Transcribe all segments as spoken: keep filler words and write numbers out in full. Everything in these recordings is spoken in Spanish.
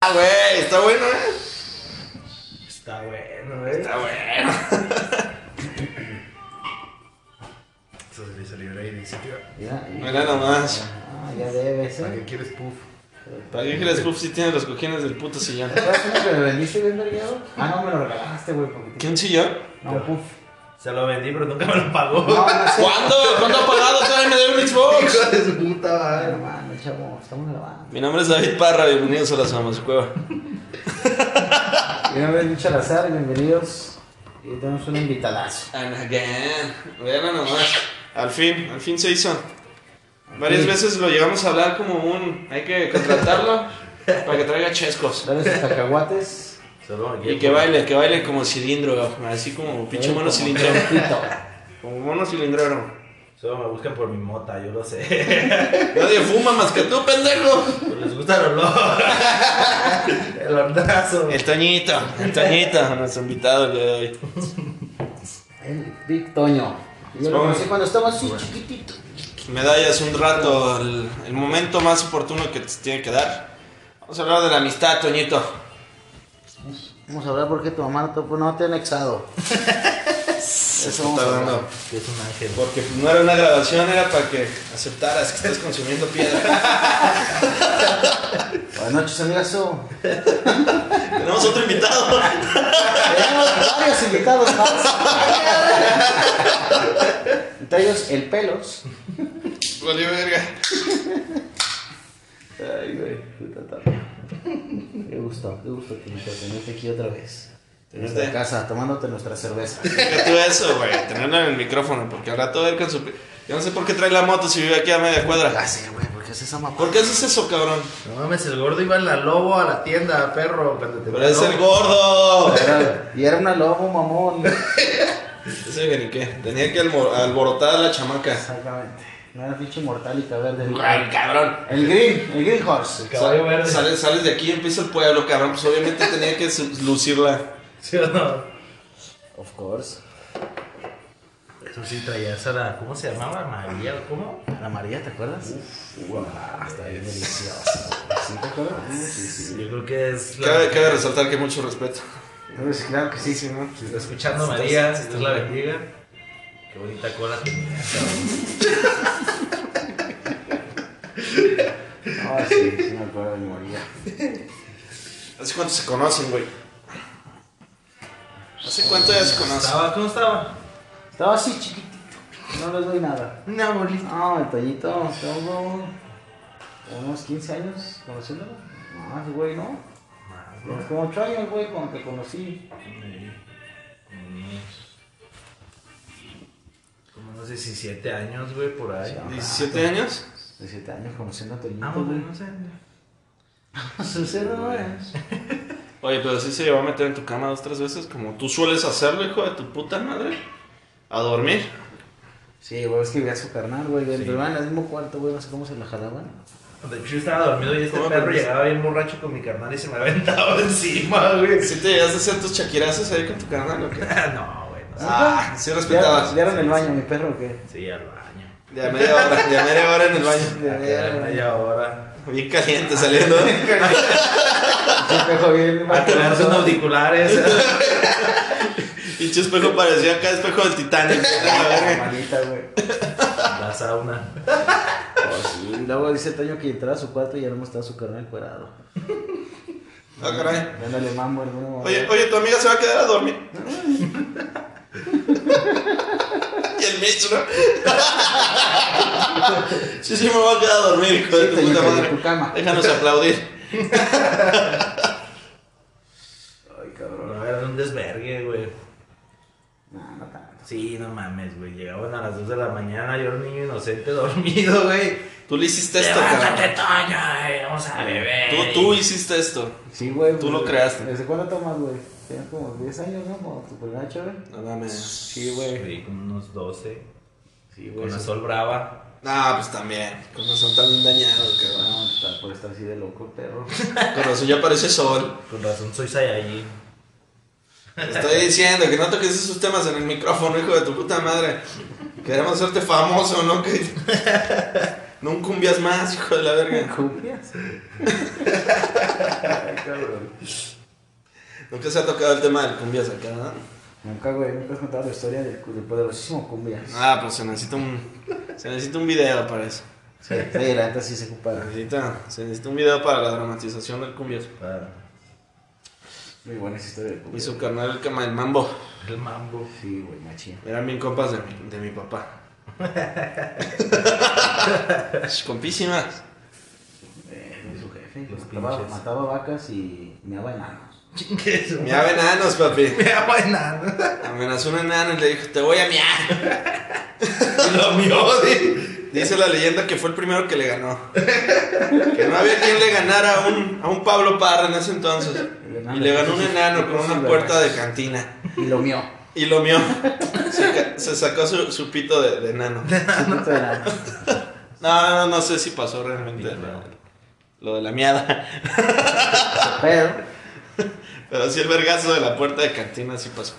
Ah, güey, está bueno, ¿eh? Está bueno, eh. Está bueno. Eso se le salió el aire, ¿sí, tío? Ya, ya. Mira nomás. Ah, ya debes, ¿Para ¿eh? qué quieres puff? ¿Para qué crees, Puff, si tienes los cojines del puto sillón? ¿Sabes uno que me vendiste bien vergueado? Ah, no, me lo regalaste, güey. porque te- ¿Quién sillón? No, puf. Se lo vendí, pero nunca me lo pagó. No, no sé. ¿Cuándo? ¿Cuándo ha pagado? Todavía me debe un Xbox. Hijo de su puta Ay, madre. hermano, chavo, estamos grabando. Mi nombre es David Parra, bienvenidos a la Somos Cueva. Mi nombre es Lucha Lazar, bienvenidos. Y tenemos un invitadazo. And again. Vean nomás. Al fin, al fin se hizo. Varias Sí. veces lo llegamos a hablar como un... Hay que contratarlo para que traiga chescos. Dale sus cacahuates. Solo Y que baile, que baile como cilindro, así como pinche mono cilindrero. Trompito. Como mono cilindrero. Solo me buscan por mi mota, yo lo sé. Nadie fuma más que tú, pendejo. Pues les gusta el olor. El hornazo. El Toñito, el Toñito, nuestro invitado el día de hoy. El Big Toño. Yo lo conocí cuando estaba así chiquitito. Medallas un rato, el, el momento más oportuno que te tiene que dar. Vamos a hablar de la amistad, Toñito. Vamos a hablar porque tu mamá no te, no te ha anexado. Eso vamos a hablar. Que es un ángel. Porque pues, no era una grabación, era para que aceptaras que estás consumiendo piedra. Buenas noches, amigazo. Tenemos otro invitado. Tenemos varios invitados más. Entre ellos, el Pelos. Valió verga. Ay, güey, puta tarde. Qué gusto, qué gusto Tinito, tenerte aquí otra vez. En nuestra Tenerte. casa, tomándote nuestra cerveza. Deja tú eso, güey, tenerlo en el micrófono, porque al rato él con su... Yo no sé por qué trae la moto si vive aquí a media cuadra. Ya sé, güey, ¿por qué haces esa mamá? ¿Por qué haces eso, cabrón? No mames, el gordo iba en la lobo a la tienda, perro. Cuando te Pero es el gordo. Era- y era una lobo, mamón. Ese que ni qué. Tenía que albor- alborotar a la chamaca. Exactamente. No era pinche mortal y caber del. Ay, cabrón. El green, el green horse. El caballo verde. Sales, sales de aquí y empieza el pueblo, cabrón. Pues obviamente tenía que su- lucirla. ¿Sí o no? Of course. Eso sí, traías a la. ¿Cómo se llamaba? María, ¿cómo? La María, ¿te acuerdas? Wow, está bien deliciosa. ¿Sí te acuerdas? Sí, sí. Yo creo que es. la- Cabe, cabe resaltar que mucho respeto. Entonces, claro que sí. Sí, ¿no? Si está escuchando María, si Dios la bendiga. Qué bonita cola tenía. No, sí, sí me acuerdo de mi María. ¿Hace cuánto se conocen, güey? ¿Hace cuánto ya se conocen? ¿Estaba? ¿Cómo estaba? Estaba así chiquitito. No les doy nada. Una bolita. No, el Toñito, tengo unos quince años conociéndolo. Más, güey, ¿no? Tienes como ocho años, güey, cuando te conocí. Como unos diecisiete años, güey, por ahí. Sí. ¿diecisiete años? diecisiete años conociendo a Toñito, Ah, güey. güey, no sé. Sincero, güey. Oye, pero sí se llevó a meter en tu cama dos, tres veces, como tú sueles hacerlo, hijo de tu puta madre. A dormir. Sí, güey, es que vi a su carnal, güey. Sí. Pero en el mismo cuarto, güey, no sé cómo se la jalaban. De hecho, yo estaba dormido y este ¿Cómo perro dormiste? llegaba bien borracho con mi carnal y se me aventaba encima, güey. ¿Sí te llegaste a hacer tus chaquirazos ahí con tu carnal o qué? No, güey, no sé. Ah, sí respetabas. ¿Ya en el baño, mi perro o qué? Sí, al baño. De a media hora, de a media hora en el baño. Ya, Ya, ya, media hora. Bien caliente saliendo. Sí, espejo bien. A tener sus auriculares. Pinche espejo parecía acá espejo del Titanic. A ver, Malita, güey. La sauna. Oh, sí. Luego dice Toño que entraba a su cuarto y ya no estaba su carnal cuerado. ah, caray. Dándole mambo al nuevo. Oye, oye, tu amiga se va a quedar a dormir. Y el Mitch, ¿no? Sí, sí, me voy a quedar a dormir, hijo de Sí, tu puta Toñito, en madre. tu cama. Déjanos aplaudir. Ay, cabrón. No, era un desvergue, güey. No, no tanto. Sí, no mames, güey. Llegaban a las dos de la mañana, yo era un niño inocente dormido, güey. Tú le hiciste esto, Levántate, cabrón. Toño, güey, vamos a beber. Tú, tú hiciste esto. Sí, güey. Tú pues, lo creaste. ¿Desde cuándo tomas, güey? Tienes como diez años, ¿no? Como tu primera chave. No mames. Sí, güey. Sí, como unos doce. Sí, Con la sí. sol brava. Ah, pues también. Con razón tan bien dañados, cabrón. No, está por estar así de loco, perro. Con razón ya parece sol. Con razón soy Saiyajin. Te estoy diciendo que no toques esos temas en el micrófono, hijo de tu puta madre. Queremos hacerte famoso, ¿no? Que... No un cumbias más, hijo de la verga. ¿Cumbias? Nunca se ha tocado el tema del cumbias acá, ¿no? Nunca, güey, nunca has contado la historia del, del poderosísimo Cumbias. Ah, pues se necesita un. Se necesita un video para eso. Sí, sí, la neta sí se ocupa. Se necesita, se necesita un video para la dramatización del cumbias. Para Muy buena esa historia del Y Cumbias. su carnal, el cama del mambo. el mambo. Sí, güey, machín. Eran bien compas de mi, de mi papá. Compísimas. Eh, de su jefe. Los Mataba, pinches. mataba vacas y meaba enanos. Chingue Miaba enanos, papi. Me llama enano. Amenazó un enano y le dijo, te voy a miar. Y lo mió, di. Dice la leyenda que fue el primero que le ganó. Que no había quien le ganara a un, a un Pablo Parra en ese entonces. Y le ganó un enano con una puerta de cantina. Y lo mió. Y lo mió. Se, ca- se sacó su, su pito de, de enano. Su pito de enano. No, no, no sé si pasó realmente lo, lo de la miada. Pero, Pero sí el vergazo de la puerta de cantina sí pasó.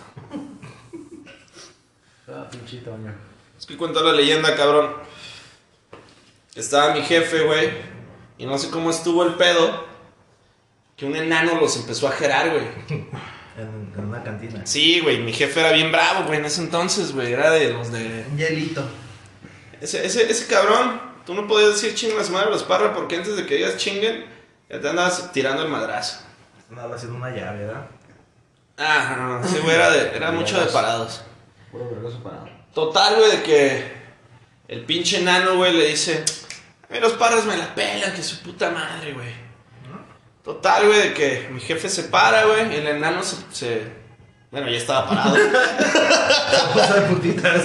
ah, pinchito, hombre. Es que cuenta la leyenda, cabrón. Estaba mi jefe, güey. Y no sé cómo estuvo el pedo. Que un enano los empezó a jerar, güey. En, en una cantina. Sí, güey. Mi jefe era bien bravo, güey, en ese entonces, güey. Era de los de... Un hielito. Ese, ese, ese cabrón. Tú no podías decir chingan a su madre los Parra porque antes de que ellas chinguen, ya te andabas tirando el madrazo. Andaba haciendo una llave, ¿verdad? Ah, no, no. Ese güey era, de, era mucho de parados. Puro vergoso parado. Total, güey, de que el pinche enano, güey, le dice, a mí los Parras me la pelan, que su puta madre, güey. Total, güey, de que mi jefe se para, güey, y el enano se... se- Bueno, ya estaba parado. Vamos a putitas.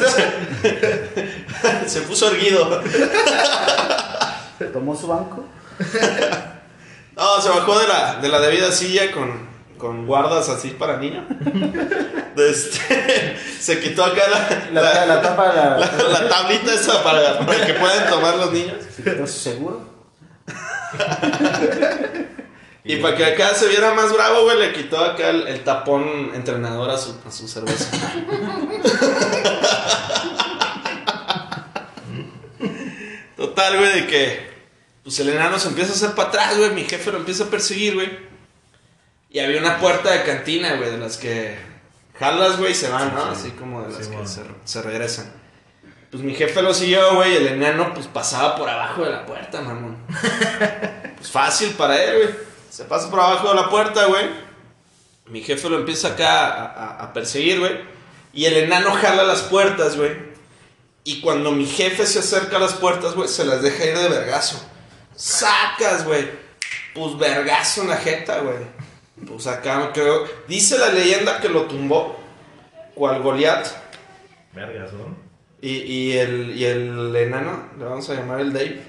Se puso erguido. Tomó su banco. No, se bajó de la, de la debida silla con, con guardas así para niños. Este, se quitó acá la, La, la, la tapa de la. la, la tablita esa para, para que puedan tomar los niños. Se quitó su seguro. Y para que acá se viera más bravo, güey, le quitó acá el, el tapón entrenador a su, a su cerveza. Total, güey, de que pues el enano se empieza a hacer para atrás, güey. Mi jefe lo empieza a perseguir, güey. Y había una puerta de cantina, güey, de las que jalas, güey, y se van, ¿no? Así como de las Sí, que bueno. se, se regresan. Pues mi jefe lo siguió, güey, y el enano pues pasaba por abajo de la puerta, mamón. Pues fácil para él, güey. Se pasa por abajo de la puerta, güey. Mi jefe lo empieza acá a, a, a perseguir, güey. Y el enano jala las puertas, güey. Y cuando mi jefe se acerca a las puertas, güey, se las deja ir de vergazo. Sacas, güey. Pues vergazo en la jeta, güey. Pues acá creo. Dice la leyenda que lo tumbó. Cual Goliat. Vergas, ¿no? Y, y, el, y el enano, le vamos a llamar el Dave.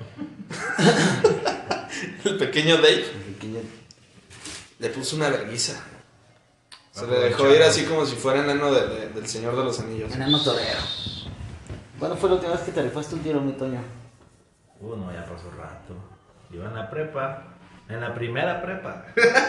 El pequeño Dave. Le puso una verguiza. Se le dejó ir así como si fuera enano de, de- del Señor de los Anillos. Enano torero. ¿Cuándo fue la última vez que te rifaste un tiro, mi Toño? Uh, no, ya pasó rato. Iba en la prepa. En la primera prepa.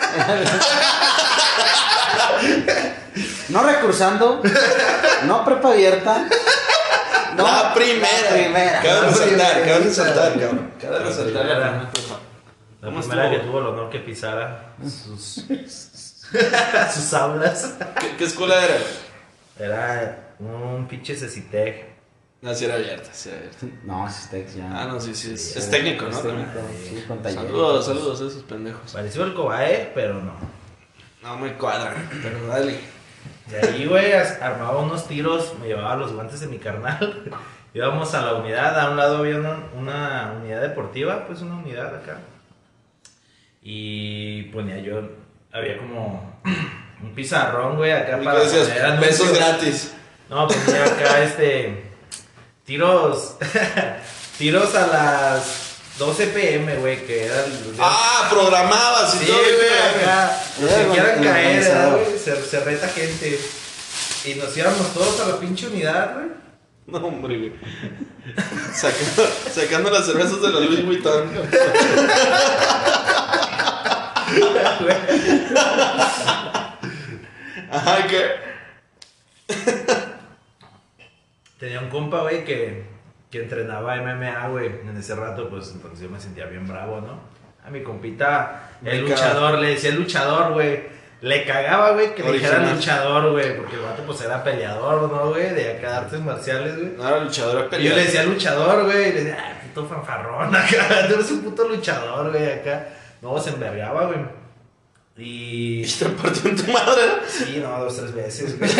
No recursando. No prepa abierta. No, la primera. La primera. Cabe La resaltar, primera. cabe resaltar, cabrón. Cabe La resaltar la primera. primera prepa. La ¿Cómo primera estuvo? que tuvo el honor que pisara sus, sus aulas. ¿Qué, qué escuela era? Era un pinche Cecitec. No, sí era abierta, sí era abierta. No, es Tex ya. Ah, no, sí, sí. Es, Sí, es técnico, ¿no? Es técnico, También. sí, con taller. Saludos, saludos a esos pendejos. Pareció el Cobae, pero no. No me cuadran, pero dale. De ahí, güey, as- armaba unos tiros, me llevaba los guantes de mi carnal. Íbamos a la unidad, a un lado había una, una unidad deportiva, pues una unidad acá. Y ponía yo, había como un pizarrón, güey, acá ¿Y para qué decías? poner anuncios. Besos gratis. No, ponía acá este, tiros, tiros a las doce pm, güey, que eran los días- Ah, programabas y Sí, todo. güey, acá. Los que Era quieran el caer, organizador. ¿verdad, güey? Se, se reta gente. Y nos íbamos todos a la pinche unidad, güey. No, hombre, güey. Sacando, sacando las cervezas de la Louis Vuitton. Ajá, ¿qué? Tenía un compa, güey, que que entrenaba M M A, güey. En ese rato, pues entonces yo me sentía bien bravo, ¿no? A mi compita, el Me luchador, le decía el luchador, güey. Le cagaba, güey, que le dijera Original. luchador, güey. Porque el vato, pues era peleador, ¿no, güey? De acá artes marciales, güey. No era luchador, era Y yo peleador. le decía luchador, güey. Y le decía, ah, puto fanfarrón acá. Tú eres un puto luchador, güey, acá. No, se envergaba, güey. Y. Y te partió en tu madre. Sí, no, dos, tres veces, güey.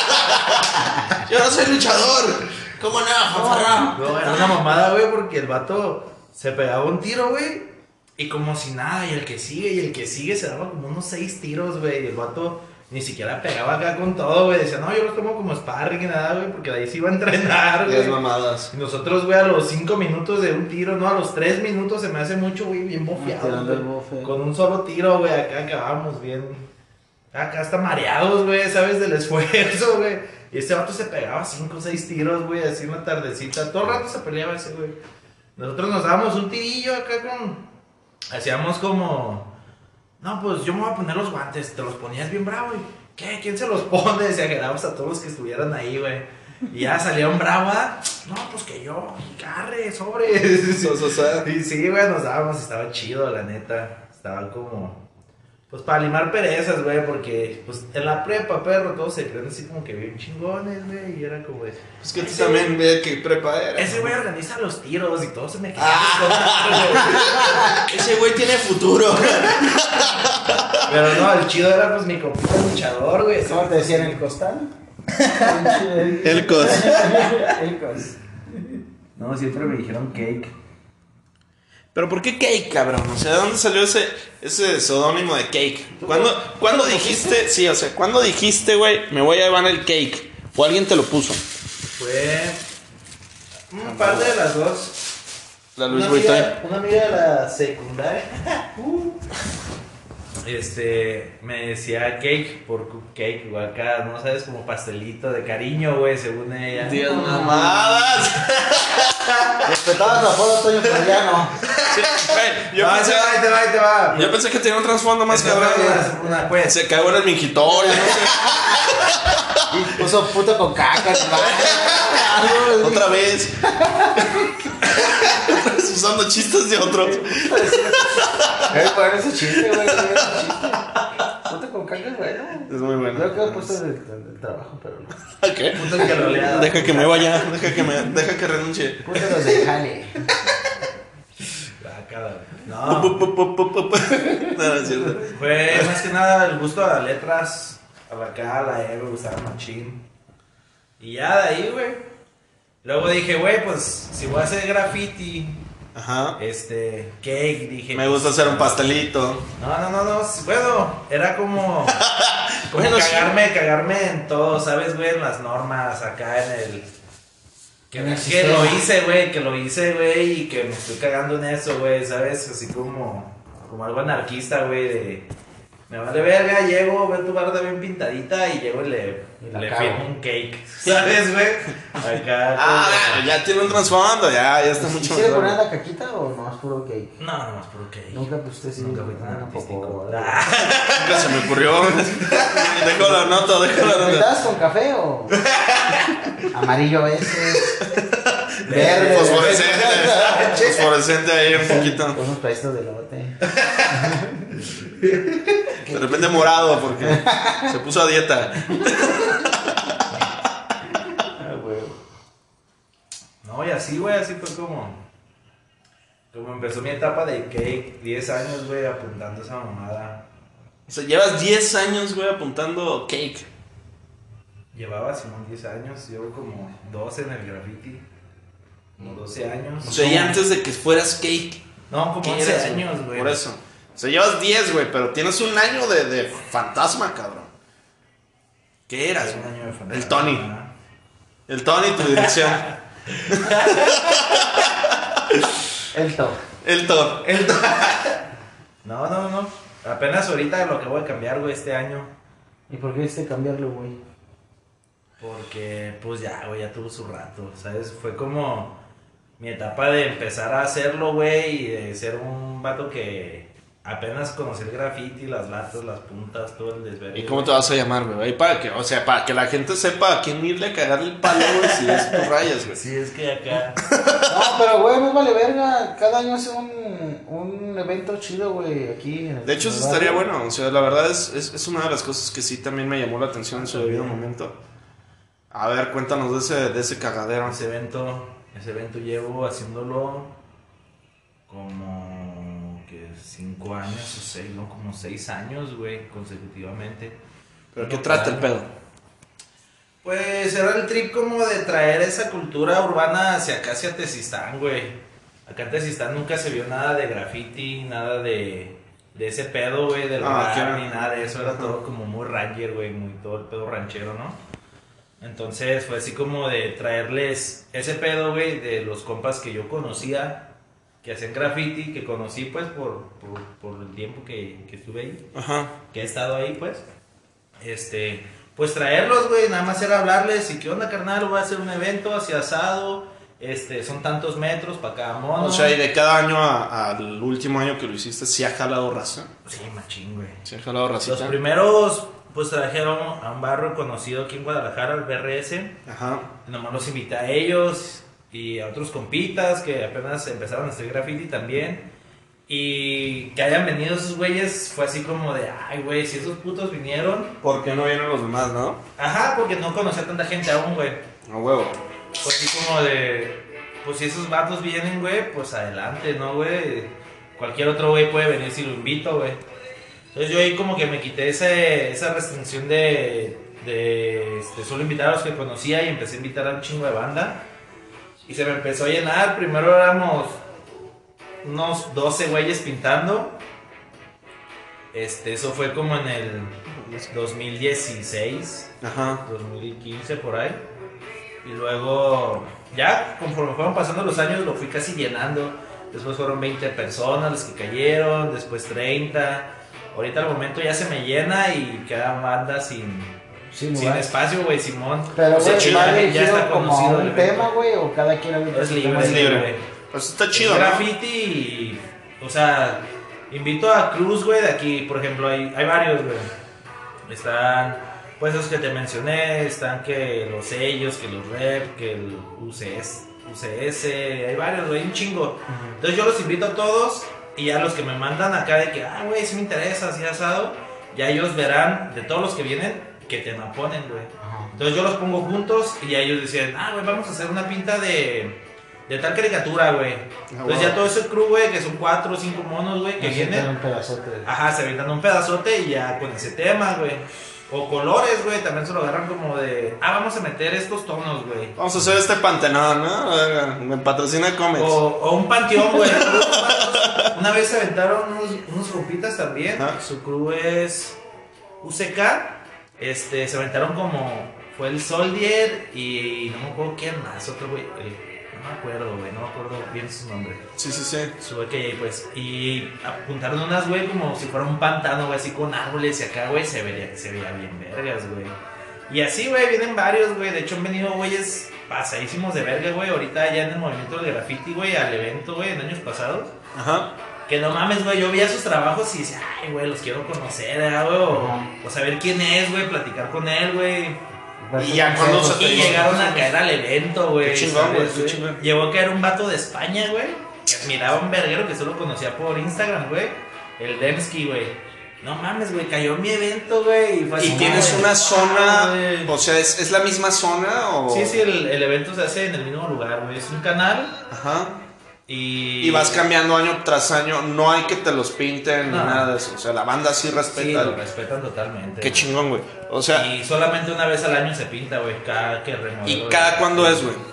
Yo no soy luchador. ¿Cómo no, fanfarrón? No, era una mamada, güey, porque el vato se pegaba un tiro, güey. Y como si nada, y el que sigue, y el que sigue se daba como unos seis tiros, güey. Y el vato ni siquiera pegaba acá con todo, güey. Decía, no, yo los tomo como sparring y nada, güey, porque de ahí se iba a entrenar, Diez güey. mamadas. Y nosotros, güey, a los cinco minutos de un tiro, no, a los tres minutos se me hace mucho, güey, bien bofeado. Tirando el güey. bofe. Con un solo tiro, güey, acá acabamos bien. Acá hasta mareados, güey, ¿sabes? Del esfuerzo, güey. Y este vato se pegaba cinco o seis tiros, güey, así una tardecita. Todo el rato se peleaba ese, güey. Nosotros nos dábamos un tirillo acá con... Hacíamos como... No, pues yo me voy a poner los guantes. Te los ponías bien bravo, güey. ¿Qué? ¿Quién se los pone? Se agarramos a todos los que estuvieran ahí, güey. Y ya salía un bravo, ¿ah? No, pues que yo. Y carre, sobres. O sea, Y sí, güey, nos dábamos. Estaba chido, la neta. Estaban como... Pues para limar perezas, güey, porque pues en la prepa, perro, todos se creen así como que bien chingones, güey, y era como... Pues es que tú también ve que prepa era. ese güey organiza los tiros y todo se me queda. Ah. Ese güey tiene futuro. Pero no, el chido era pues mi compita luchador, güey. ¿Cómo te decían el costal? El cos. El cos. No, siempre me dijeron cake. Pero ¿por qué Cake, cabrón? O sea, ¿de dónde salió ese, ese seudónimo de Cake? ¿Cuándo, ¿cuándo dijiste, sí, o sea, ¿cuándo dijiste, güey, me voy a llevar el Cake? ¿O alguien te lo puso? Fue un par de las dos. La Luis Una Vuitton. amiga, una amiga de la secundaria. Uh. Este, me decía cake por cupcake, o acá, ¿no sabes? Como pastelito de cariño, güey, según ella. Dios mamadas. Respetabas la foto, Toño, pero ya no. Sí, güey, yo, No, pensé, ahí te va, ahí te va, ahí te va. yo pensé que tenía un trasfondo más Esta cabrón. fue una, una, pues. Se cagó en el mingitorio, no sé. Y puso puto con caca, ¿no? Otra vez. Usando chistes de otros. Es bueno ese chiste, güey. Es bueno ese chiste. Puto con caca es bueno. Es muy bueno. Yo creo que he puesto en el, en el trabajo, pero no. ¿Qué? Puto que lo lea. Deja que me vaya, deja que me, deja que renuncie. Puto los de jale. Ah, cada- No, No, no es cierto. fue más que nada el gusto a las letras. A la K, a la E, me gustaba machín. Y ya de ahí, güey. Luego dije, güey, pues si voy a hacer graffiti, Ajá. este, cake, dije. Me gusta hacer un pastelito. No, no, no, no. Bueno, era como. Como Bueno, sí. cagarme, cagarme en todo, ¿sabes, güey? En las normas, acá en el. Que, En el que sistema. lo hice, güey, que lo hice, güey, y que me estoy cagando en eso, güey, ¿sabes? Así como. Como algo anarquista, güey, de. Me vale verga, llego, veo tu barda bien pintadita y llego y le, Y la le cago. firmo un cake. ¿Sabes, güey? Acá. Ah, como- ya tiene un trasfondo, ya, ya está mucho ¿Quisiera mejor. poner la caquita o no es puro cake? No, no más puro cake. Nunca, pues usted sí. Nunca fui tan Ah, artístico. poco. Ah. Nunca se me ocurrió. Dejo la nota, dejo la ¿Me nota. das con café o amarillo a veces? Verde. Fosforescente. Fosforescente ahí un poquito. Con unos pedazos de lote. De repente morado porque se puso a dieta. Ah, huevo. No, y así, güey, así fue como. Como empezó mi etapa de cake, diez años, güey, apuntando esa mamada. O sea, llevas diez años, güey, apuntando cake. Llevaba, Simón, diez años, llevo como doce en el graffiti. Como doce años. O sea, y antes de que fueras cake. No, como ¿Qué once eras, años, güey. Por eso. O sea, llevas diez, güey, pero tienes un año de, de fantasma, cabrón. ¿Qué eras, Un güey? año de fantasma. El Tony. El Tony, tu dirección. El top. El Thor. El to- No, no, no. Apenas ahorita lo que voy a cambiar, güey, este año. ¿Y por qué este cambiarlo, güey? Porque, pues ya, güey, ya tuvo su rato, ¿sabes? Fue como mi etapa de empezar a hacerlo, güey, y de ser un vato que, apenas conocí el graffiti, las latas, las puntas, todo el desvergue. ¿Y cómo te vas a llamar, güey? Ahí para que, o sea, para que la gente sepa a quién irle a cagarle el palo, güey, si es tus rayas, güey. Sí, es que acá... No, pero güey, no vale verga. Cada año hace un, un evento chido, güey, aquí. En el, De hecho, eso estaría bueno. O sea, la verdad es, es, es una de las cosas que sí también me llamó la atención en su debido momento. A ver, cuéntanos de ese, de ese cagadero. Ese evento, ese evento llevo haciéndolo como que cinco años o seis, no, como seis años, güey, consecutivamente. ¿Pero qué No, trata el claro. pedo? Pues era el trip como de traer esa cultura urbana hacia acá, hacia Tezistán, güey. Acá en Tezistán nunca se vio nada de graffiti, nada de, de ese pedo, güey, del Ah, rap, claro. ni nada de eso. Era Ajá. todo como muy ranger, güey, muy todo el pedo ranchero, ¿no? Entonces fue así como de traerles ese pedo, güey, de los compas que yo conocía, que hacían graffiti, que conocí, pues, por, por, por el tiempo que, que estuve ahí, Ajá. que he estado ahí, pues. Este, pues traerlos, güey, nada más era hablarles, y qué onda, carnal, voy a hacer un evento así asado, este, son tantos metros para cada mono. O sea, y de cada año a- al último año que lo hiciste, ¿sí ha jalado raza? Sí, machín, güey. ¿Sí ha jalado Los racita? primeros, pues trajeron a un barrio conocido aquí en Guadalajara, el B R S. Ajá. Nomás los invité a ellos y a otros compitas que apenas empezaron a hacer graffiti también. Y que hayan venido esos güeyes fue así como de, ay, güey, si esos putos vinieron. ¿Por qué no vienen los demás, no? Ajá, porque no conocía tanta gente aún, güey. A huevo. Fue así como de, pues si esos vatos vienen, güey, pues adelante, ¿no, güey? Cualquier otro güey puede venir si lo invito, güey. Entonces yo ahí como que me quité ese, esa restricción de, de este, solo invitar a los que conocía y empecé a invitar a un chingo de banda. Y se me empezó a llenar. Primero éramos unos doce güeyes pintando. Este, eso fue como en el dos mil dieciséis, Ajá. dos mil quince por ahí. Y luego, ya conforme fueron pasando los años, lo fui casi llenando. Después fueron veinte personas las que cayeron, después treinta. Ahorita al momento ya se me llena y queda banda sin, Sin sin lugar. espacio, güey, Simón. Pero, O sea, güey, sí, va ya dirigido está como a conocido el un evento. tema, güey, o cada quien ahorita Es su libre, tema es libre, libre. güey. Pues está Es chido, ¿no? graffiti y, o sea, invito a Cruz, güey, de aquí, por ejemplo, hay, hay varios, güey. Están, pues, los que te mencioné, están que los sellos, que los rep, que el U C S, U C S, hay varios, güey, un chingo. Entonces yo los invito a todos y ya los que me mandan acá de que, ah, güey, si me interesa, así asado, ya ellos verán de todos los que vienen que te la ponen, güey. Entonces yo los pongo juntos y ya ellos decían, ah, güey, vamos a hacer una pinta de, de tal caricatura, güey. Entonces wow. ya todo ese crew, güey, que son cuatro o cinco monos, güey, que Así vienen, un pedazote. ajá, se avientan un pedazote y ya con ese tema, güey. O colores, güey, también se lo agarran como de, ah, vamos a meter estos tonos, güey. Vamos a hacer este pantenón, ¿no? Oiga, me patrocina Comex. O, o un panteón, güey. Una vez se aventaron unos, unos compitas también. Ajá. Su crew es U C K. Este, se aventaron como. Fue el Soldier y no me acuerdo quién más. Otro güey. el- no me acuerdo, güey. No me acuerdo bien su nombre. Sí, sí, sí. Su A K A, pues. Y apuntaron unas, güey, como si fuera un pantano, güey, así con árboles. Y acá, güey, se veía, se veía bien vergas, güey. Y así, güey, vienen varios, güey. De hecho, han venido güeyes pasadísimos de verga, güey. Ahorita ya en el movimiento del graffiti, güey, al evento, güey, en años pasados. Ajá. Que no mames, güey, yo veía sus trabajos y decía, ay, güey, los quiero conocer, ¿eh, güey? O, o saber quién es, güey, platicar con él, güey. Y ya cuando se Y te llegaron a caer al evento, güey. Qué chingón, ¿sabes, güey, qué chingón. Llegó a caer un vato de España, güey. Que admiraba a un verguero que solo conocía por Instagram, güey. El Demsky, güey. No mames, güey, cayó en mi evento, güey. fue ¿Y así, tienes güey, una ah, zona? güey. O sea, ¿es, ¿es la misma zona o...? Sí, sí, el, el evento se hace en el mismo lugar, güey. Es un canal Ajá. y... Y vas cambiando año tras año. No hay que te los pinten ni No. nada de eso. O sea, la banda sí Sí, respeta. lo respetan totalmente. Qué güey. chingón, güey. O sea, Y solamente una vez al año se pinta, güey, cada que remodelo. ¿y cada cuándo es, güey?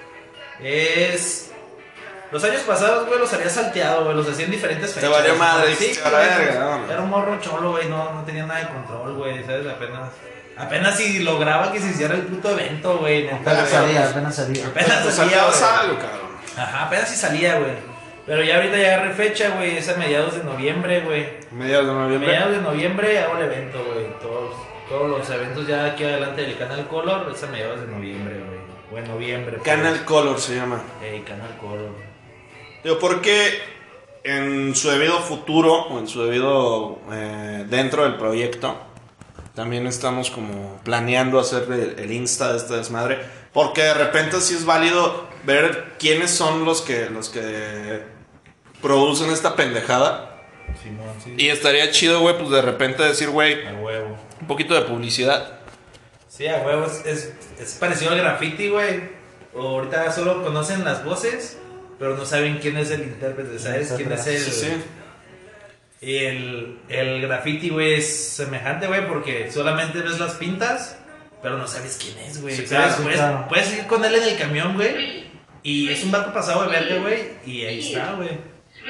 Es... Los años pasados, güey, los había salteado, güey, los hacía en diferentes fechas. valió madre, Sí, dijiste, a güey, la verga, vámonos. era un morro cholo, güey, no, no tenía nada de control, güey, ¿sabes? Apenas... Apenas si lograba que se hiciera el puto evento, güey, neta, Apenas güey. salía, apenas salía. Apenas Pues salía, saltabas güey. algo, cabrón. Ajá, apenas si salía, güey. Pero ya ahorita ya agarré fecha, güey, es a mediados de noviembre, güey. Mediados de A noviembre. mediados de noviembre hago el evento, güey. Todos, todos los eventos ya aquí adelante del Canal Color es a mediados de noviembre, güey. O en noviembre. pues. Canal Color se llama. Ey, Canal Color. Digo, porque en su debido futuro o en su debido eh, dentro del proyecto también estamos como planeando hacer el, el Insta de este desmadre, porque de repente sí es válido ver quiénes son los que los que producen esta pendejada. Simón, sí. Y estaría chido, güey, pues de repente decir, güey, A huevo. un poquito de publicidad. Sí, a huevo, es, es, es parecido al graffiti, güey. Ahorita solo conocen las voces, pero no saben quién es el intérprete, ¿sabes? Quién es el... Sí, sí. Y el, el graffiti, güey, es semejante, güey, porque solamente ves las pintas, pero no sabes quién es, güey. Sí, ¿Sabes? claro, puedes, claro. puedes ir con él en el camión, güey, y es un vato pasado de verde, güey, y ahí está, güey.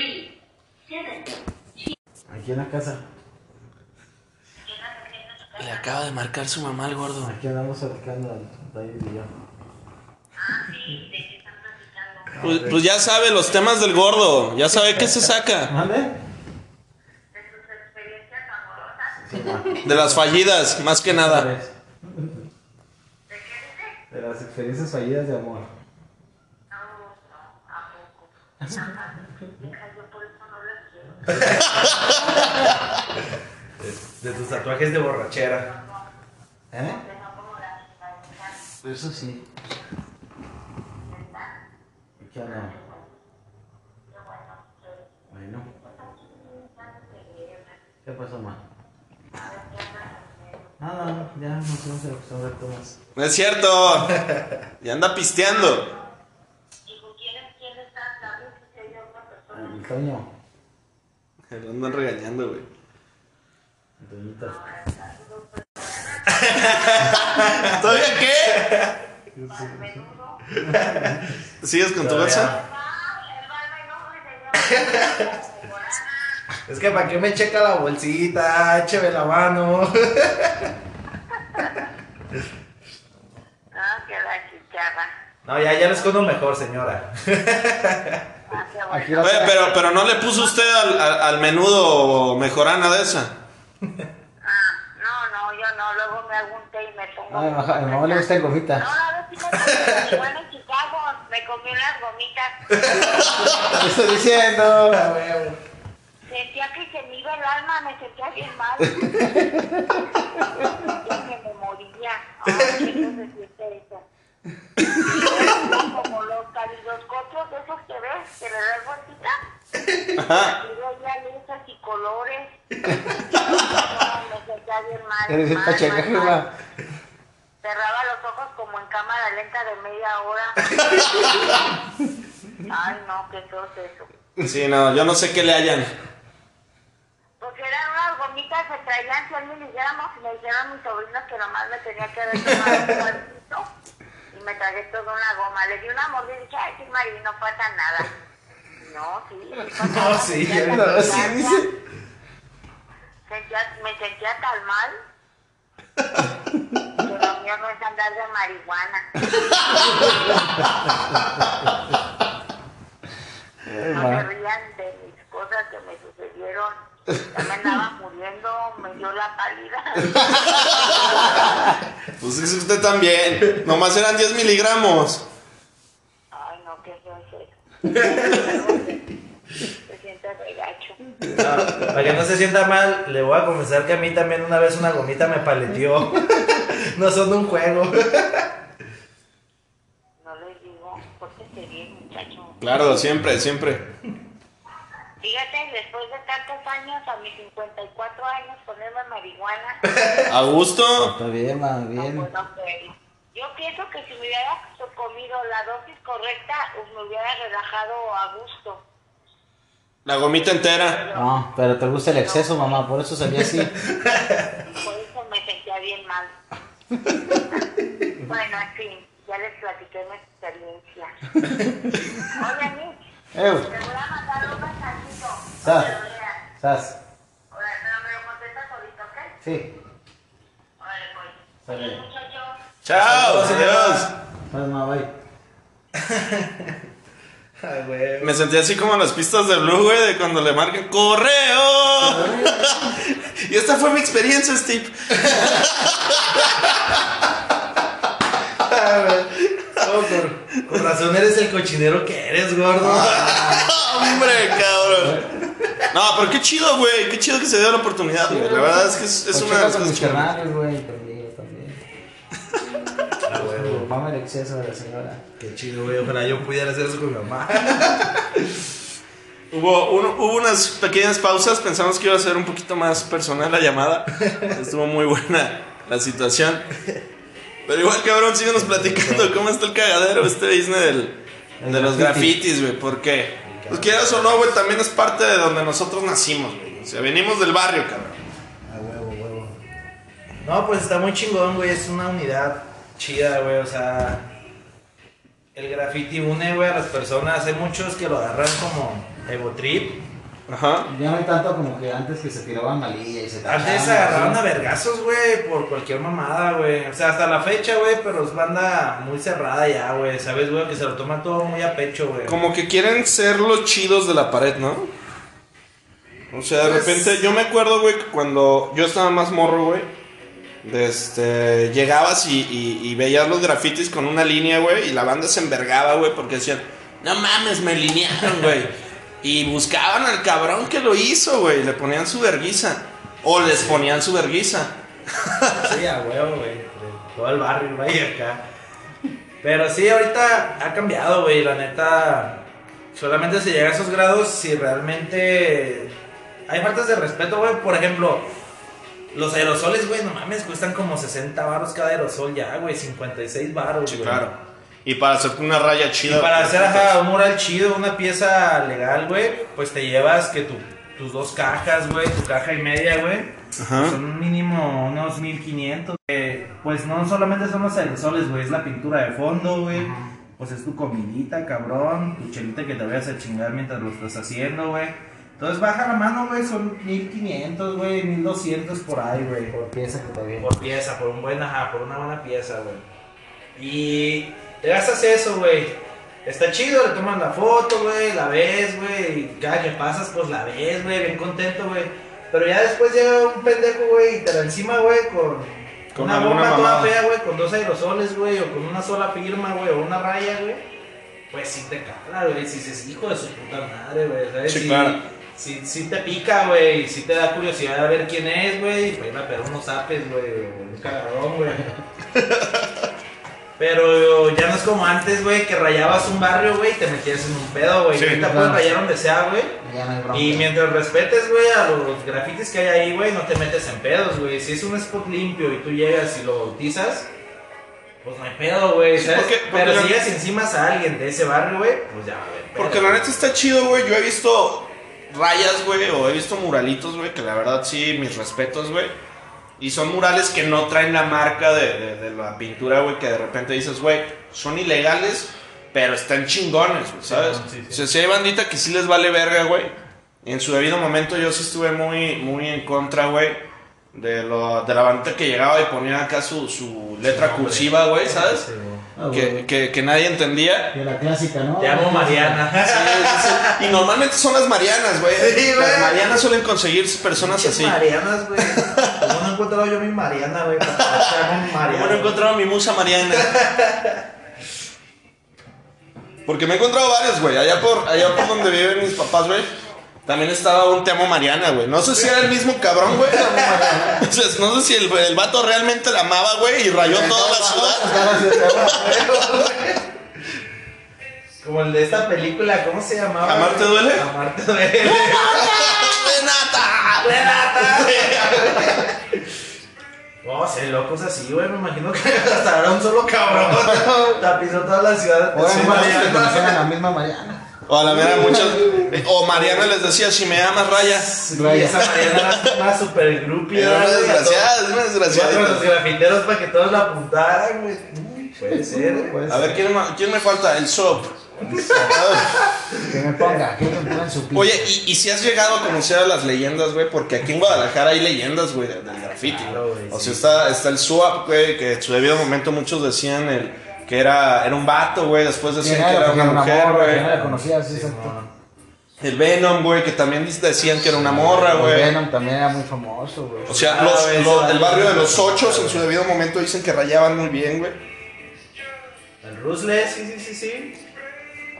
Aquí en la casa. Le acaba de marcar su mamá al gordo. Aquí andamos platicando David y yo. Pues, pues ya sabe los temas del gordo, ya sabe qué se saca. ¿Mande? De las fallidas, más que nada. De las experiencias fallidas de amor. De, de tus tatuajes de borrachera. ¿Eh? Eso sí. ¿Qué onda? Bueno. ¿Qué pasó, ma? Nada, ya no sé, no sé, son retomas. No es cierto. Ya anda pisteando. El Toño. Lo andan regañando, güey. El Toñito. ¿Todavía qué? ¿Sigues con tu bolsa? Es que para qué me checa la bolsita, écheme la mano. Ah, que la chicharra. No, ya, ya les conozco mejor, señora. Ah, qué bueno. Aquí la Oye, pero, pero no le puso usted al, al, al menudo mejorana de esa. Ah, no, no, yo no. Luego me hago un té y me pongo. Ay, a mi mamá le gusta en No, gomitas. una vez sí me comí marihuana en Chicago. Me comí unas gomitas. ¿Qué estoy diciendo? A huevo. Sentía que se me iba el alma, me sentía bien mal. Ya que me moría. Ay, qué no se siente eso. Como los calidoscopios de esos que ves, que le das vueltita. Y veía luces y colores. No, me sentía bien mal. Eres el mal, pacheca, mal, mal. jefa. Cerraba los ojos como en cámara lenta de media hora. Ay, no, qué feo es eso. Sí, no, yo no sé qué le hayan. Porque eran unas gomitas que traían cien miligramos y me dijeron mis sobrinos que nomás me tenía que haber tomado un cuartito y me tragué toda una goma. Le di una mordida y dije, ay, sí, Mari, no pasa nada. No, sí. sí pasa No, nada, sí, sentía no, tan sí, mal, dice. sentía- me sentía tan mal. Que lo mío no es andar de marihuana. No se rían de mis cosas que me sucedieron. Ya me andaba muriendo, me dio la pálida. Pues es usted también. Nomás eran diez miligramos. Ay, no, qué feo es eso. Se siente regacho. No, para que no se sienta mal, le voy a confesar que a mí también una vez una gomita me paleteó. No son un juego. No les digo, pórtense bien, muchacho. Claro, siempre, siempre. Fíjate, después de tantos años, a mis cincuenta y cuatro años, ponerme marihuana. ¿A gusto? Está bien, ma, No, bien. pues, no sé. Yo pienso que si me hubiera comido la dosis correcta, pues, me hubiera relajado a gusto. La gomita entera. No, pero te gusta el exceso, mamá, por eso salí así. Y por eso me sentía bien mal. Bueno, en fin, ya les platiqué mi experiencia. Oye, Nick, ¡Ew! te voy a mandar un mensajito. Sas. Para que lo veas. ¿Estás? Ahora, pero me lo contestas ahorita, ¿ok? Sí. Órale, pues. Sale. Oye, muchachos. Chao, adiós. Vale, ma, bye. Ay, güey. Me sentí así como en las pistas de Blue, güey, de cuando le marcan ¡correo! Y esta fue mi experiencia, Steve. Ay, güey. No, con, con razón razón eres el cochinero que eres, gordo. Hombre, cabrón. No, pero qué chido, güey. Qué chido que se dio la oportunidad, güey. La verdad es que es, es Pues una de las con cosas mis chidas. carnales, güey, conmigo también. Ah, huevo. Mama el exceso de la señora. Qué chido, güey. Ojalá yo pudiera hacer eso con mi mamá. Hubo, uno- hubo unas pequeñas pausas. Pensamos que iba a ser un poquito más personal la llamada. Estuvo muy buena la situación. Pero igual, cabrón, síguenos platicando cómo está el cagadero este business del, de los grafitis, güey. ¿Por qué? Pues quieras o no, güey, también es parte de donde nosotros nacimos, güey. O sea, venimos del barrio, cabrón. A huevo, huevo. No, pues está muy chingón, güey. Es una unidad chida, güey. O sea, el graffiti une, güey, a las personas. Hay muchos que lo agarran como ego trip. Ajá. Ya no hay tanto como que antes que se tiraban malilla y se Antes se agarraban a vergazos, güey, por cualquier mamada, güey. O sea, hasta la fecha, güey, pero es banda muy cerrada ya, güey. ¿Sabes, güey? Que se lo toma todo muy a pecho, güey. Como que quieren ser los chidos de la pared, ¿no? O sea, de Pues- repente, yo me acuerdo, güey, que cuando yo estaba más morro, güey, de este, llegabas y, y, y veías los grafitis con una línea, güey, y la banda se envergaba, güey, porque decían, no mames, me linearon, güey. Y buscaban al cabrón que lo hizo, güey, le ponían su verguiza. O les ponían su verguiza. Sí, a huevo, güey. De todo el barrio, güey, acá. Pero sí, ahorita ha cambiado, güey. La neta, solamente se llega a esos grados si realmente hay faltas de respeto, güey. Por ejemplo, los aerosoles, güey, no mames, cuestan como sesenta baros cada aerosol ya, güey. cincuenta y seis baros, Sí, güey. claro. Y para hacer una raya Y chida. para güey, hacer ajá, un mural chido, una pieza legal, güey, pues te llevas que tu, tus dos cajas, güey, tu caja y media, güey. Ajá. Son mínimo unos mil quinientos. Eh, pues no solamente son los aerosoles, güey, es la pintura de fondo, güey. Pues es tu comidita, cabrón, tu chelita que te vayas a chingar mientras lo estás haciendo, güey. Entonces baja la mano, güey, son mil quinientos, güey, mil doscientos por ahí, güey. Por pieza que te viene. Por pieza, por un buen, ajá, por una buena pieza, güey. Y te gastas eso, güey. Está chido, le tomas la foto, güey, la ves, güey. Y cada que pasas, pues la ves, güey, bien contento, güey. Pero ya después llega un pendejo, güey, y te la encima, güey, con, Con una alguna bomba toda mamada. fea, güey, con dos aerosoles, güey, o con una sola firma, güey, o una raya, güey. Pues sí te cala, güey, si dices, hijo de su puta madre, güey, ¿sabes? Sí, Si- claro. Si, si te pica, güey, si te da curiosidad de ver quién es, güey, pues ir a pegar unos zapes, güey, o un cagadón, güey. Pero ya no es como antes, güey, que rayabas un barrio, güey, y te metías en un pedo, güey. Sí, Ahorita claro. puedes rayar donde sea, güey. Ya no hay bronca. Y mientras respetes, güey, a los grafitis que hay ahí, güey, no te metes en pedos, güey. Si es un spot limpio y tú llegas y lo bautizas, pues no hay pedo, güey, Sí, ¿sabes? porque- porque Pero la- si llegas encima a alguien de ese barrio, güey, pues ya va a haber pedo. Porque la neta está chido, güey. Yo he visto rayas, güey, o he visto muralitos, güey, que la verdad sí, mis respetos, güey. Y son murales que no traen la marca de, de- de la pintura, güey, que de repente dices, güey, son ilegales, pero están chingones, güey, ¿sabes? Sí, sí, sí. O sea, si hay bandita que sí les vale verga, güey. Y en su debido momento yo sí estuve muy, muy en contra, güey, de, lo, de la bandita que llegaba y ponía acá su, su letra cursiva, güey, ¿sabes? Sí, güey. Ah, Que, güey. que, que nadie entendía. De la clásica, ¿no? Te amo, Mariana. Sí, sí, sí. Y normalmente son las Marianas, güey. Sí, güey. Las Marianas suelen conseguir personas Pinches así. Marianas, güey. ¿Cómo no he encontrado yo mi Mariana, güey? Para echarme un Mariana. ¿Cómo no he encontrado a mi musa Mariana? Porque me he encontrado varios, güey. Allá por, allá por donde viven mis papás, güey. También estaba un Te amo Mariana, güey. No sé si era el mismo cabrón, güey. O sea, no sé si el, el vato realmente la amaba, güey, y rayó toda la ciudad. Como el de esta película, ¿cómo se llamaba? ¿Amarte güey? duele? Amarte duele. ¡Renata! ¡Renata! Oh, sí, locos así, güey. Me imagino que hasta ahora un solo cabrón tapizó toda la ciudad. Ahora Sí, hay más que Mariana. conocen a la misma Mariana. O a la mera muchas. O Mariana les decía, si me amas, raya. Sí, esa Mariana era una super groupie. Era una güey, a desgraciada, todos- es una Cuatro de los desgraciadita. grafiteros para que todos la apuntaran, güey. Uy, Puede ser, güey. Puede A ver, ¿quién, ma- quién me falta? El Sop. Que me ponga, que me ponga en su piso. Oye, ¿y, y si has llegado a conocer a las leyendas, güey? Porque aquí en Guadalajara hay leyendas, güey, del, del graffiti, Claro, güey. güey, O sí. sea, está, está el Swap, güey, que en su debido momento muchos decían el, que era, era un vato, güey. Después decían que era una mujer, morra, que no la güey. conocía, sí, Sí, exacto. no. El Venom, güey, que también decían que era una morra, El güey. Venom también era muy famoso, güey. O sea, Ah, los- güey, lo- ese el vato. barrio de los ochos en su debido momento dicen que rayaban muy bien, güey. El Rusle, sí, sí, sí, sí.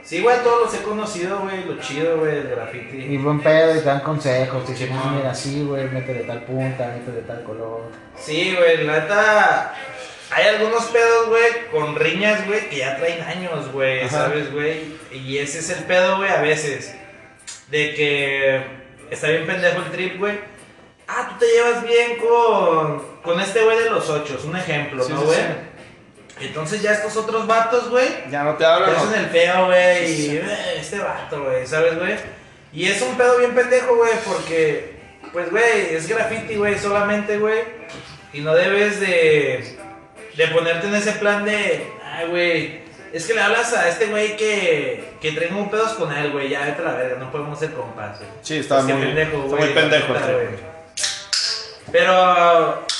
Sí, güey, todos los he conocido, güey, lo chido, güey, del graffiti. Y buen pedo, y te dan consejos, te dicen, Sí, ah, man. mira, así, güey, mete de tal punta, mete de tal color. Sí, güey, la neta, hay algunos pedos, güey, con riñas, güey, que ya traen años, güey, Ajá. ¿sabes, güey? Y ese es el pedo, güey, a veces, de que está bien pendejo el trip, güey. Ah, tú te llevas bien con, con este güey de los ochos, un ejemplo, Sí, ¿no, sí, güey? sí. Entonces ya estos otros vatos, güey, Ya no te hablan, te ¿no? hacen el feo, güey, Sí, sí. y "Eh, este vato, güey, ¿sabes, güey? Y es un pedo bien pendejo, güey, porque, pues, güey, es graffiti, güey, solamente, güey, y no debes de, de ponerte en ese plan de, ay, güey, es que le hablas a este güey que, que tengo pedos con él, güey, ya vete a la verga, no podemos ser compas, güey. Sí, estaba Es que muy, pendejo, está güey, muy pendejo. la neta, el güey. trip. Pero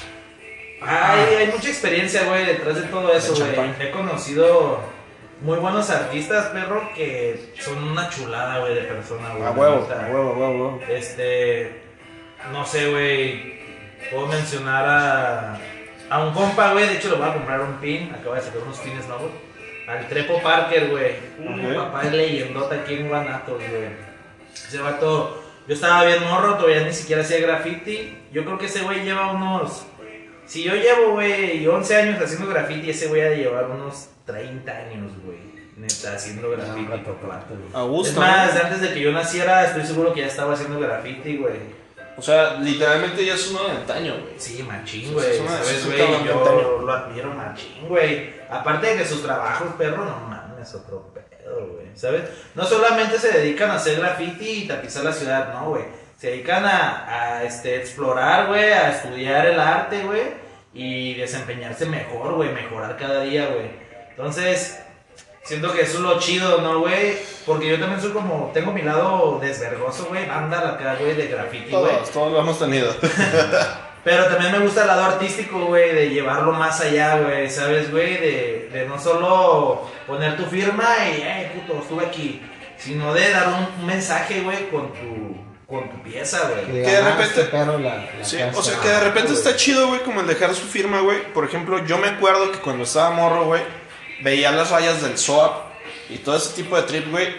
hay, hay mucha experiencia, güey, detrás de todo eso, De güey. champán. He conocido muy buenos artistas, perro, que son una chulada, güey, de persona, güey. A huevo, neta. a huevo, a huevo, a huevo. Este, no sé, güey, puedo mencionar a, a un compa, güey, de hecho le voy a comprar un pin, acaba de sacar unos pines nuevos. Al Trepo Parker, güey, un Ok. papá de leyendota aquí en Guanatos, güey. Ese vato, yo estaba bien morro, todavía ni siquiera hacía graffiti. Yo creo que ese güey lleva unos, si yo llevo, güey, once años haciendo graffiti, ese güey ha de llevar unos treinta años, güey, neta, haciendo graffiti. un rato, papá. rato, güey. A Es gusto, más, ¿no? antes de que yo naciera, estoy seguro que ya estaba haciendo graffiti, güey. O sea, literalmente ya es uno de antaño, güey. Sí, machín, Sí, güey, es una- es ¿sabes, un güey? cabrón de Yo antaño. lo admiro machín, güey. Aparte de que sus trabajos, perro, no mames, otro pedo, güey, ¿sabes? No solamente se dedican a hacer graffiti y tapizar la ciudad, no, güey. Se dedican a, a este, explorar, güey, a estudiar el arte, güey, y desempeñarse mejor, güey, mejorar cada día, güey. Entonces, siento que eso es lo chido, ¿no, güey? Porque yo también soy como, tengo mi lado desvergoso, güey, banda acá, güey, de graffiti, güey. Todos, todos lo hemos tenido. Pero también me gusta el lado artístico, güey, de llevarlo más allá, güey, ¿sabes, güey? De, de no solo poner tu firma y, eh, puto, estuve aquí, sino de dar un, un mensaje, güey, con tu, con tu pieza, Que güey. digan, Que de "Ah, repente- este perro la, la Sí, casa". o sea, que de repente está chido, güey, como el dejar su firma, güey. Por ejemplo, yo me acuerdo que cuando estaba morro, güey, veía las rayas del S O A P y todo ese tipo de trip, güey.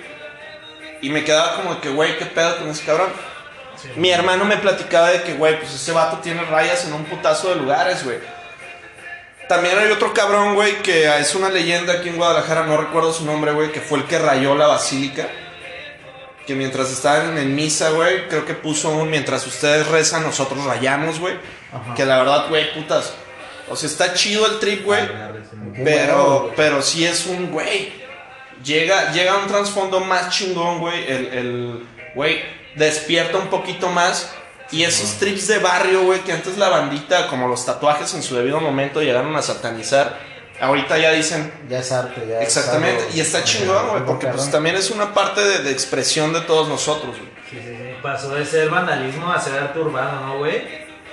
Y me quedaba como que, güey, ¿qué pedo con ese cabrón? Sí. Mi hermano me platicaba de que, güey, pues ese vato tiene rayas en un putazo de lugares, güey. También hay otro cabrón, güey, que es una leyenda aquí en Guadalajara, no recuerdo su nombre, güey, que fue el que rayó la basílica. Que mientras estaban en misa, güey, creo que puso un mientras ustedes rezan, nosotros rayamos, güey. Ajá. Que la verdad, güey, putas. O sea, está chido el trip, güey. Qué bueno, Pero, güey. pero sí es un, güey. Llega, llega a un trasfondo más chingón, güey. El, el, güey, despierta un poquito más. Y esos trips de barrio, güey, que antes la bandita, como los tatuajes en su debido momento, llegaron a satanizar. Ahorita ya dicen, Ya es arte, ya es exactamente. algo- Y está chingón, güey, porque pues Cabrón. también es una parte de, de expresión de todos nosotros, güey. Sí, sí, sí. Pasó de ser vandalismo a ser arte urbano, ¿no, güey?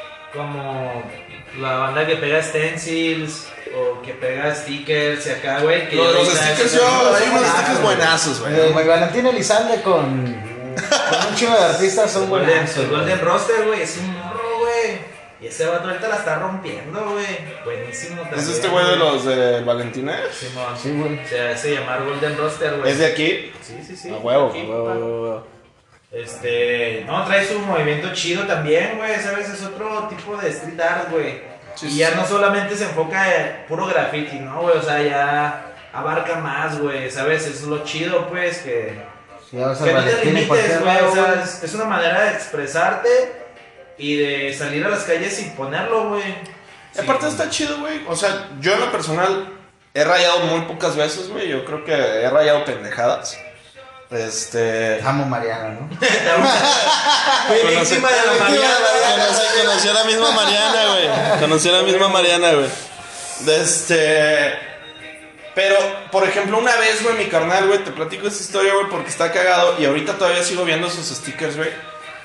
Como la banda que pega stencils o que pega stickers y acá, güey. que Los, los ahorita stickers, es- yo, Ay, hay unos ah, stickers güey. buenazos, güey. Eh, güey, Valentín Elizalde con, con un chingo de artistas son El Golden, buenos. el Golden Roster, güey, es un morro, güey. Y ese vato ahorita la está rompiendo, güey. Buenísimo también. ¿Es este güey de los de Valentina? Simón. Sí, güey. Se hace llamar Golden Roster, güey. ¿Es de aquí? Sí, sí, sí. A huevo, Aquí, a huevo, papá. a huevo, a huevo. Este, no, trae su movimiento chido también, güey, ¿sabes? Es otro tipo de street art, güey. Sí, y sí, ya sí. no solamente se enfoca en puro graffiti, ¿no, güey? O sea, ya abarca más, güey, ¿sabes? Eso es lo chido, pues, que, Si vas a que no te Valentín en limites, cualquier güey. lado, O sea, güey. es, es una manera de expresarte y de salir a las calles sin ponerlo, güey. Y aparte está chido, güey. O sea, yo en lo personal he rayado muy pocas veces, güey. Yo creo que he rayado pendejadas. Este. Amo Mariana, ¿no? Fui víctima de la Mariana, Conocí, conocí a la misma Mariana, güey. Conocí a la misma Mariana, güey. De este. Pero, por ejemplo, una vez, güey, mi carnal, güey, te platico esta historia, güey, porque está cagado. Y ahorita todavía sigo viendo esos stickers, güey.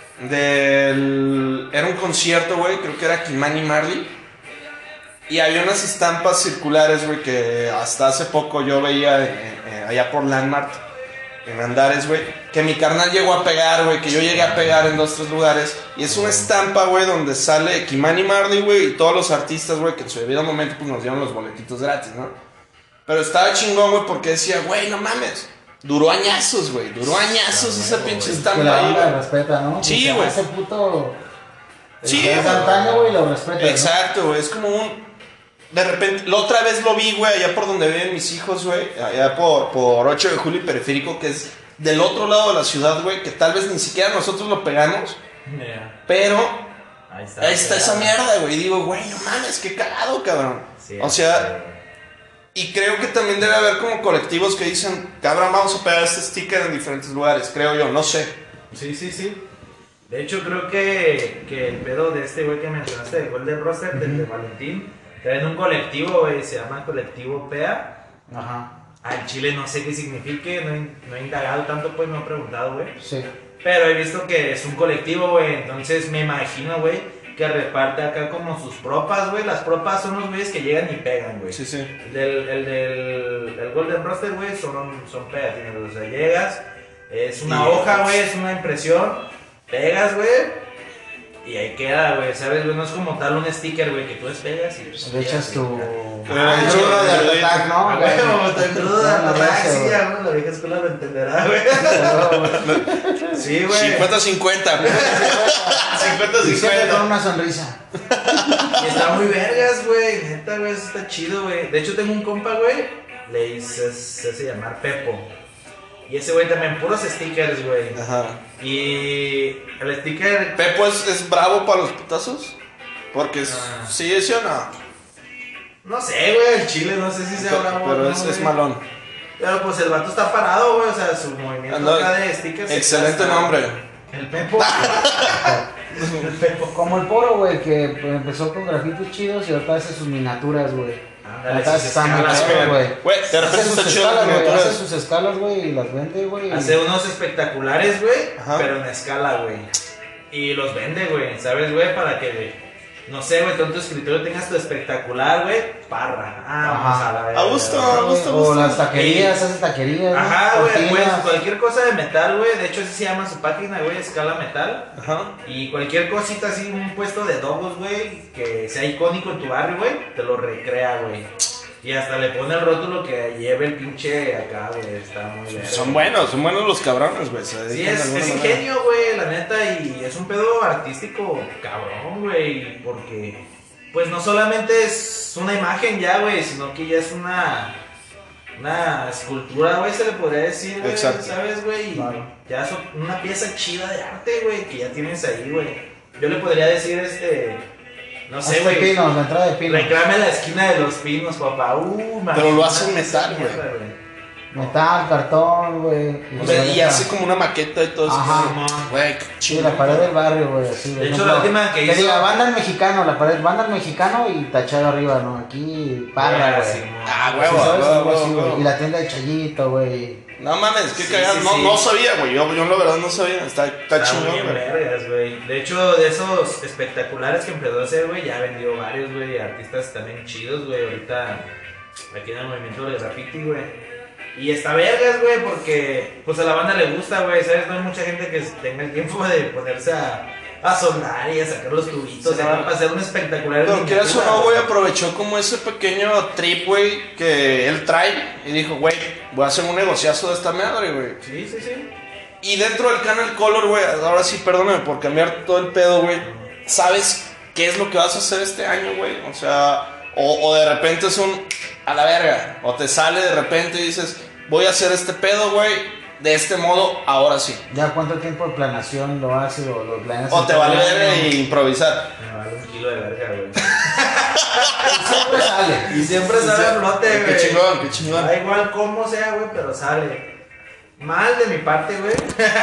Del. Era un concierto, güey. Creo que era Kimani Marley. Y había unas estampas circulares, güey, que hasta hace poco yo veía eh, eh, allá por Landmark, en Andares, güey, que mi carnal llegó a pegar, güey, que yo llegué a pegar en dos, tres lugares. Y es una estampa, güey, donde sale Kimani Marley, güey, y todos los artistas, güey, que en su debido momento, pues, nos dieron los boletitos gratis, ¿no? Pero estaba chingón, güey, porque decía, güey, no mames. Duró añazos, güey. Duró añazos esa pinche Que estampa la ahí, banda güey. respeta, ¿no? Sí, Dice, güey. "Ah, ese puto... Sí, es güey. antaño, güey, lo respeta, ¿no?" Exacto, güey. Es como un. De repente, la otra vez lo vi, güey, allá por donde viven mis hijos, güey. Allá por, por ocho de julio y Periférico, que es del otro lado de la ciudad, güey. Que tal vez ni siquiera nosotros lo pegamos. Mira, Pero ahí está. ahí está esa mierda, güey. Y digo, güey, no mames, qué cagado, cabrón. Sí, O sea, y creo que también debe haber como colectivos que dicen, cabrón, vamos a pegar este sticker en diferentes lugares, creo yo, no sé. Sí, sí, sí. De hecho, creo que, que el pedo de este güey que mencionaste, del Golden Roster, del de Valentín, traen un colectivo, güey, se llama Colectivo P E A. Ajá, Al Chile no sé qué signifique, no he, no he indagado tanto, pues no he preguntado, güey. sí. Pero he visto que es un colectivo, güey, entonces me imagino, güey, que reparte acá como sus propas, güey. Las propas son los güeyes que llegan y pegan, güey. Sí, sí. El del, el del el Golden Roster, güey, son, son pegatines, o sea, llegas, es una Y- hoja, güey, es una impresión, pegas, güey, y ahí queda, güey, ¿sabes? Güey, no es como tal un sticker, güey, que tú despegas y pues, Le echas ya, tu... Ah, el sí, churro de sí, Art Attack, ¿no? Ah, güey, como te cruda, No, no, la no, sí, no, ya, güey, la vieja escuela lo entenderá, güey. Sí, güey. cincuenta cincuenta. cincuenta Y siempre con cincuenta. una sonrisa. Y está muy vergas, güey. Neta, güey, eso está chido, güey. De hecho, tengo un compa, güey. Le hice, se hace llamar Pepo. Y ese güey también, puros stickers, güey. Ajá. Y el sticker. ¿Pepo es, es bravo para los putazos? Porque es, Ah. sí, es sí o no. No sé, güey, el chile, no sé si sea Pero, bravo o pero no, es, es güey. malón. Pero pues el vato está parado, güey. O sea, su movimiento Ando- acá de stickers. Excelente está- nombre. El Pepo. El Pepo. Como el Poro, güey, que empezó con grafitis chidos y ahorita hace sus miniaturas, güey. Ándale, Ahorita sus está muy escalas, chido, güey. güey. Güey, de repente Hace sus está chido las escalas, güey. Hace miniaturas. sus escalas, güey, y las vende, güey. Hace unos espectaculares, güey, Ajá. pero en escala, güey. Y los vende, güey, ¿sabes, güey? Para que, no sé, güey, tú en tu escritorio tengas tu espectacular, güey, parra. Ah, vamos Ajá. a la verga. A gusto, güey. a gusto, a O gusto. las taquerías, hace taquerías. ¿no? Ajá, güey, pues Cortinas. cualquier cosa de metal, güey. De hecho, así se llama su página, güey, Escala Metal. Ajá. Y cualquier cosita así, un puesto de dogos, güey, que sea icónico en tu barrio, güey, te lo recrea, güey. Y hasta le pone el rótulo que lleve el pinche acá, güey. Está muy bien. Son buenos, son buenos los cabrones, güey. se Sí, dedican de es, alguna es manera. ingenio, güey, la neta, y es un pedo artístico cabrón, güey, porque, pues no solamente es una imagen ya, güey, sino que ya es una, una escultura, güey, se le podría decir, güey, Exacto. ¿sabes, güey? Y Claro. ya es una pieza chida de arte, güey, que ya tienes ahí, güey. Yo le podría decir, este, no sé, Hazte güey, pinos, la entrada de pinos. reclame la esquina de los pinos, papá, uh, Pero lo imagínate hacen esa metal, güey. mierda, Metal, cartón, güey. O sea, y la- hace como una maqueta y todo eso. Ajá. Simón. Güey, qué Sí, chido. la pared del barrio, güey, así. De hecho, la última que hizo- diga, banda al mexicano, la pared, banda al mexicano y tachado arriba, ¿no? Aquí, parra, Ah, güey. Simón. Ah, Sí, huevo, ¿sabes? huevo, Algo así, huevo, güey. huevo. Y la tienda de Chayito, güey. No mames, qué Sí, cagado. sí, no, sí. no sabía, güey. Yo, yo la verdad no sabía. Está, está, Está chingón, muy bien güey. vergas, güey. De hecho, de esos espectaculares que empezó a hacer, güey, ya ha vendido varios, güey. Artistas también chidos, güey. Ahorita, aquí en el movimiento del graffiti, güey. Y está vergas, güey, porque pues a la banda le gusta, güey. ¿Sabes? No hay mucha gente que tenga el tiempo de ponerse a, a soldar y a sacar los tubitos. Sí, Se van a hacer un espectacular. Pero en quieras o miniatura, no, güey, aprovechó como ese pequeño trip, güey, que él trae. Y dijo, güey, voy a hacer un negociazo de esta madre, güey. Sí, sí, sí. Y dentro del Canal Color, güey, ahora sí, perdóname por cambiar todo el pedo, güey. ¿Sabes qué es lo que vas a hacer este año, güey? O sea, o, o de repente es un a la verga. O te sale de repente y dices, voy a hacer este pedo, güey, de este modo, ahora sí. ¿Ya cuánto tiempo de planación lo hace o lo planeas? O en te todo vale el año? verga y improvisar. Me vale un kilo de verga, güey. Siempre sale. Y siempre sale a flote, güey. Qué chingón, qué chingón. Da igual cómo sea, güey, pero sale. Mal de mi parte, güey.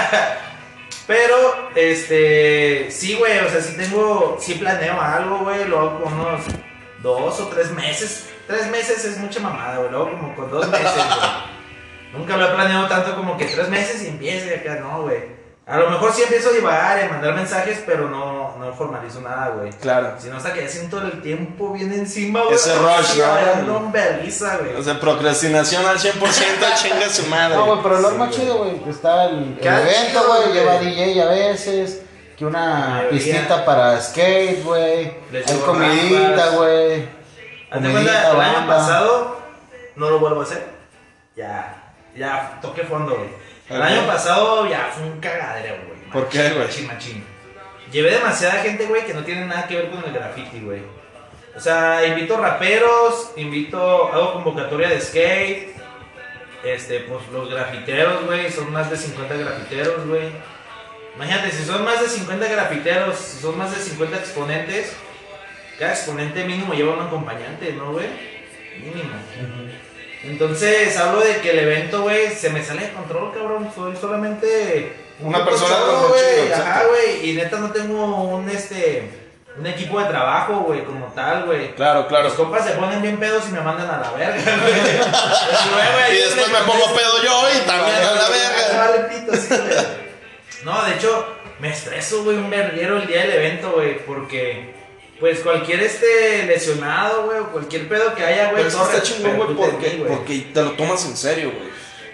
Pero, este, sí, güey, o sea, sí tengo, sí planeo algo, güey, lo hago con unos dos o tres meses. Tres meses es mucha mamada, güey, luego como con dos meses, güey. Nunca lo he planeado tanto como que tres meses y empiece acá, no, güey. A lo mejor sí empiezo a divagar, a mandar mensajes, pero no, no formalizo nada, güey. Claro. Sino hasta que ya siento el tiempo bien encima, güey. Ese rush, ¿no? No, no vergüenza, güey. O sea, procrastinación al cien por ciento, chinga su madre. No, güey, pero lo Sí, más güey. chido, güey, está el, el Cada evento, chido, güey, güey. lleva D J a veces, que una Mayoría. pistita para skate, güey, Les hay llevo comidita, rampas. güey, Hazte comidita, cuenta, el año banda. pasado no lo vuelvo a hacer. Ya. ya toqué fondo, güey. El Ok. año pasado ya fue un cagadero, güey. ¿Por qué, güey? Machín, machín. Llevé demasiada gente, güey, que no tiene nada que ver con el graffiti, güey. O sea, invito raperos, invito, hago convocatoria de skate. Este, pues los grafiteros, güey, son más de cincuenta grafiteros, güey. Imagínate, si son más de cincuenta grafiteros, si son más de cincuenta exponentes, cada exponente mínimo lleva un acompañante, ¿no, güey? Mínimo. Entonces, hablo de que el evento, güey, se me sale de control, cabrón. Soy solamente Una persona cholo, con un güey. chingo, Ajá, exacto. güey. Y neta no tengo un, este, un equipo de trabajo, güey, como tal, güey. Claro, claro. Los compas se ponen bien pedos y me mandan a la verga, güey. Así, güey, güey, Y yo después les me pongo contesto. pedo yo y también a la verga. Vale, pito, sí, güey. No, de hecho, me estreso, güey, un verguero el día del evento, güey, porque, pues, cualquier este lesionado, güey, o cualquier pedo que haya, güey, Pero eso todo está chingón, güey, repercute en porque, mí, güey. porque te lo tomas en serio, güey.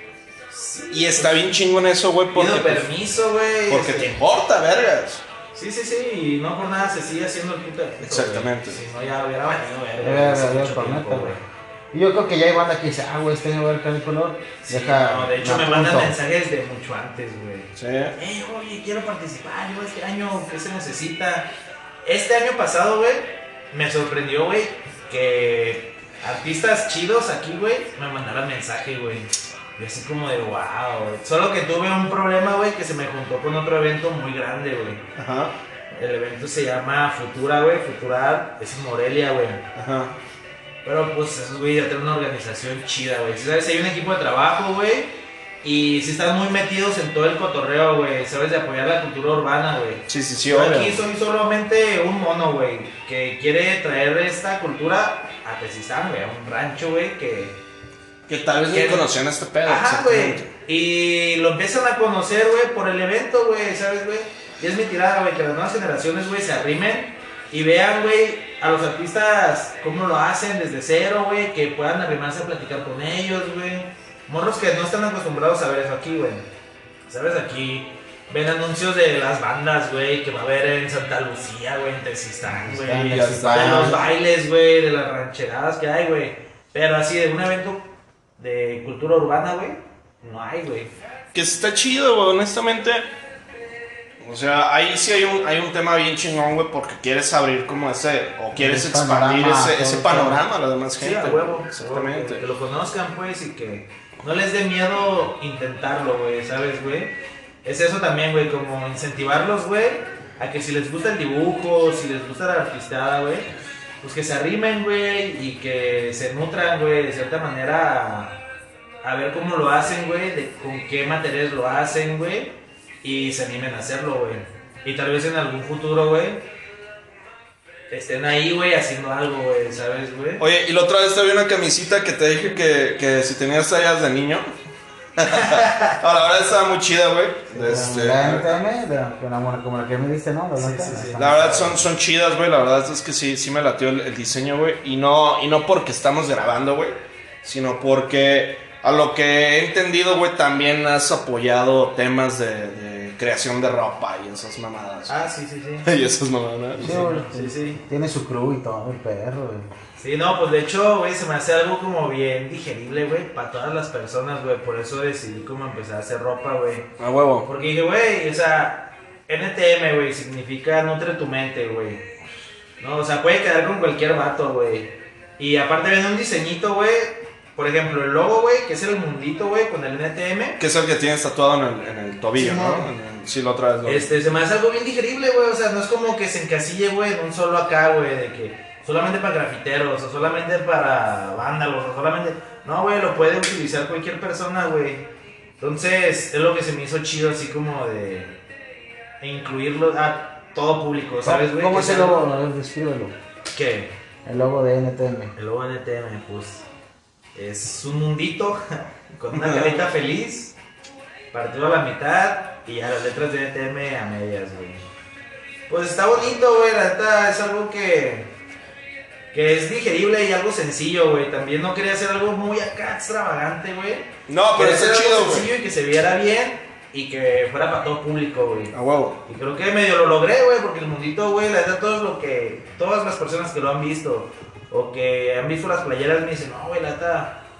Y está bien chingón eso, güey, porque, Pido pues, permiso, güey. porque este, te importa, vergas. Sí, sí, sí, y no por nada se sigue haciendo el puto evento, Exactamente. güey. Si no, ya hubiera valido, Ya verga. hubiera hace valido mucho por tiempo, neta, güey. Y yo creo que ya hay banda que dice, ah, güey, este año voy a ver el color. Sí, Deja. no, de hecho me apunto. mandan mensajes de mucho antes, güey. Sí. Hey, oye, quiero participar, yo este año, ¿qué se necesita? Este año pasado, güey, me sorprendió, güey, que artistas chidos aquí, güey, me mandaran mensaje, güey. Y así como de, wow. Solo que tuve un problema, güey, que se me juntó con otro evento muy grande, güey. Ajá. El evento se llama Futura, güey, Futural, es en Morelia, güey. Ajá. Pero pues esos güey ya tienen una organización chida, güey. ¿Sabes? Hay un equipo de trabajo, güey. Y sí están muy metidos en todo el cotorreo, güey. Sabes, de apoyar la cultura urbana, güey. Sí, sí, sí, Yo obvio. aquí soy solamente un mono, güey, que quiere traer esta cultura a Tezistán, güey, a un rancho, güey, que... Que tal vez que- no conocían este pedo. Ajá, güey. exactamente. Y lo empiezan a conocer, güey, por el evento, güey, ¿sabes, güey? Y es mi tirada, güey, que las nuevas generaciones, güey, se arrimen y vean, güey, a los artistas cómo lo hacen desde cero, güey, que puedan arrimarse a platicar con ellos, güey. Morros que no están acostumbrados a ver eso aquí, güey. ¿Sabes? Aquí ven anuncios de las bandas, güey, que va a haber en Santa Lucía, güey, en Tezistán, güey. Tezistán, De Tezistán. los bailes, güey, de las rancheradas que hay, güey. Pero así de un evento de cultura urbana, güey, no hay, güey. Que está chido, güey, honestamente. O sea, ahí sí hay un, hay un tema bien chingón, güey, porque quieres abrir como ese, o quieres El expandir panorama, ese, ese todo, panorama a la demás Sí, gente. a huevo. Exactamente. Que, que lo conozcan, pues, y que no les dé miedo intentarlo, güey, ¿sabes, güey? Es eso también, güey, como incentivarlos, güey, a que si les gusta el dibujo, si les gusta la artistada, güey, pues que se arrimen, güey, y que se nutran, güey, de cierta manera a, a ver cómo lo hacen, güey, de con qué materiales lo hacen, güey, y se animen a hacerlo, güey. Y tal vez en algún futuro, güey, estén ahí, güey, haciendo algo, güey, ¿sabes, güey? Oye, y la otra vez te vi una camisita que te dije que, que si tenías tallas de niño. Ahora, la verdad estaba muy chida, güey. Este, La N T M, de la- como la- como la que me diste, ¿no? La Sí, blanca. sí, sí. Está- La verdad son, son chidas, güey. La verdad es que sí, sí me latió el, el diseño, güey. Y no, y no porque estamos grabando, güey. Sino porque a lo que he entendido, güey, también has apoyado temas de, de creación de ropa y esas mamadas. Ah, sí, sí, sí. Y esas mamadas. Sí, güey. Sí, sí. Tiene su crew y todo, el perro, güey. Sí, no, pues de hecho, güey, se me hace algo como bien digerible, güey, para todas las personas, güey. Por eso decidí como empezar a hacer ropa, güey. A huevo. Porque dije, güey, o sea, N T M, güey, significa nutre tu mente, güey. No, o sea, puede quedar con cualquier vato, güey. Y aparte viene un diseñito, güey. Por ejemplo, el logo, güey, que es el mundito, güey, con el N T M. Que es el que tienes tatuado en el, en el tobillo, Sí, ¿no? no. En el- sí, la otra vez lo vi. Este, se me hace algo bien digerible, güey. O sea, no es como que se encasille, güey, en un solo acá, güey, de que solamente para grafiteros, o solamente para vándalos, o solamente. No, güey, lo puede utilizar cualquier persona, güey. Entonces, es lo que se me hizo chido, así como de. de incluirlo a todo público, ¿sabes, güey? ¿Cómo Que es el sea- logo? A ver, descríbelo. ¿Qué? El logo de N T M. El logo N T M, pues. Es un mundito con una carita feliz, partido a la mitad, y a las letras de N T M a medias, güey. Pues está bonito, güey, la neta, es algo que. que es digerible y algo sencillo, güey. También no quería hacer algo muy acá extravagante, güey. No, pero Quería está hacer chido, algo güey. sencillo y que se viera bien y que fuera para todo público, güey. A huevo. Y creo que medio lo logré, güey, porque el mundito, güey, la verdad, todo lo que. Todas las personas que lo han visto o que han visto las playeras me dicen, no, güey, la neta,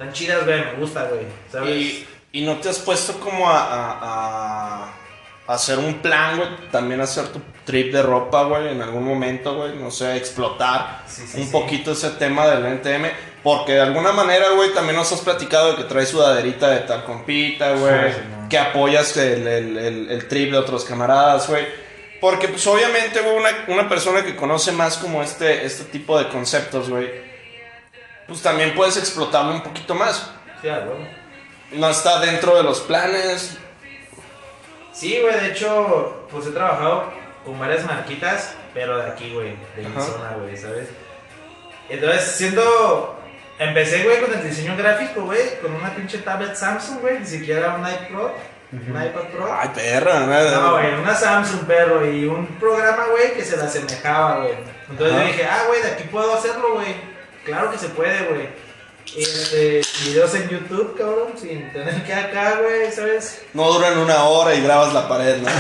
Están chidas, güey, me gusta, güey, ¿sabes? Y, y no te has puesto como a, a, a- a hacer un plan, güey, también hacer tu trip de ropa, güey, en algún momento, güey, no sé, explotar Sí, sí, un sí. poquito ese tema del N T M, porque de alguna manera, güey, también nos has platicado de que traes sudaderita de tal compita, güey, Sí, sí, no. que apoyas el, el, el, el trip de otros camaradas, güey. Porque, pues, obviamente, güey, una, una persona que conoce más como este, este tipo de conceptos, güey, pues también puedes explotarlo un poquito más. Sí, a huevo. No está dentro de los planes. Sí, güey, de hecho, pues he trabajado con varias marquitas, pero de aquí, güey, de mi Ajá. zona, güey, ¿sabes? Entonces, siendo... Empecé, güey, con el diseño gráfico, güey, con una pinche tablet Samsung, güey, ni siquiera un iPad Pro, un iPad Pro. Ay, perra, No, güey, una Samsung, perro, y un programa, güey, que se le asemejaba, güey. Entonces Ajá. yo dije, ah, güey, de aquí puedo hacerlo, güey. Claro que se puede, güey. Este, videos en YouTube, cabrón, sin tener que acá, güey, ¿sabes? No duran una hora y grabas la pared, ¿no?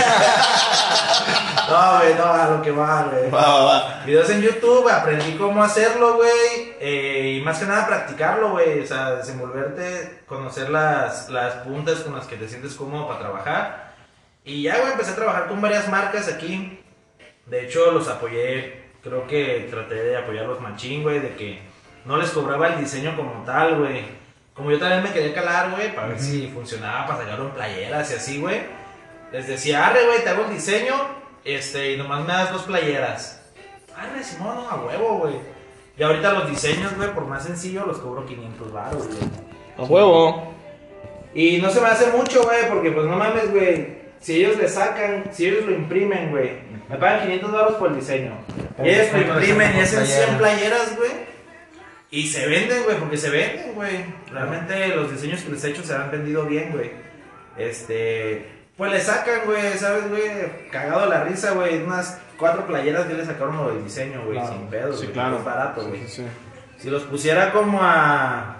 No, güey, no, a lo que va, güey. Va, va, va. Videos en YouTube, aprendí cómo hacerlo, güey. eh, y más que nada practicarlo, güey. O sea, desenvolverte, conocer las, las puntas con las que te sientes cómodo para trabajar. Y ya, güey, empecé a trabajar con varias marcas aquí. De hecho, los apoyé. Creo que traté de apoyarlos machín, güey, de que no les cobraba el diseño como tal, güey. Como yo también me quería calar, güey, para ver si funcionaba, para sacarlo en playeras y así, güey. Les decía, arre, güey, te hago el diseño, este, y nomás me das dos playeras. Arre, Simón, no, a huevo, güey. Y ahorita los diseños, güey, por más sencillo, los cobro quinientos baros, güey. A huevo. Y no se me hace mucho, güey, porque pues no mames, güey. Si ellos le sacan, si ellos lo imprimen, güey, me pagan quinientos baros por el diseño. Y ellos lo imprimen y hacen cien playeras, güey. Y se venden, güey, porque se venden, güey. Realmente los diseños que les he hecho se han vendido bien, güey. Este, pues le sacan, güey, ¿sabes, güey? Cagado de la risa, güey. Unas cuatro playeras ya le sacaron lo del diseño, güey, Claro. sin pedos, Sí, güey, claro. es barato, güey. Sí, sí, sí. Si los pusiera como a,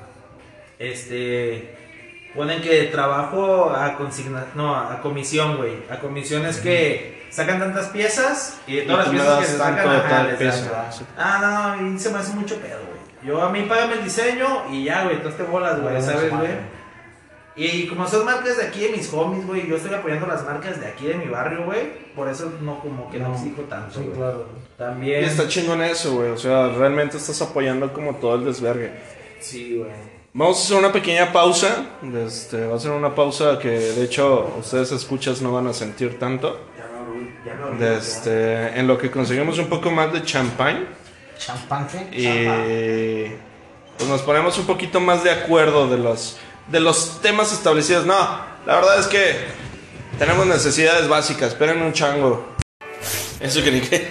este, ponen que trabajo a consigna, no, a comisión, güey. A comisión es que sacan tantas piezas y de todas Y tú las me piezas que das se tanto sacan, de ajá, tal les peso. dan. Sí. Ah, no, no, a mí se me hace mucho pedo, güey. Yo, a mí págame el diseño y ya, güey, todas te bolas, güey, Bueno, ¿sabes, su güey? madre. Y como son marcas de aquí de mis homies, güey, yo estoy apoyando las marcas de aquí de mi barrio, güey. Por eso no, como que no, No. exijo tanto, Sí, güey. claro. Y También. está chingón eso, güey. O sea, realmente estás apoyando como todo el desvergue. Sí, güey. Vamos a hacer una pequeña pausa. Este, va a ser una pausa que de hecho ustedes escuchas no van a sentir tanto. Ya me olvidé, ya me olvidé, De güey. este, en lo que conseguimos un poco más de champán. Champán, ¿qué? Y pues nos ponemos un poquito más de acuerdo de los, de los temas establecidos. No, la verdad es que tenemos necesidades básicas. Esperen un chango. Eso que ni qué.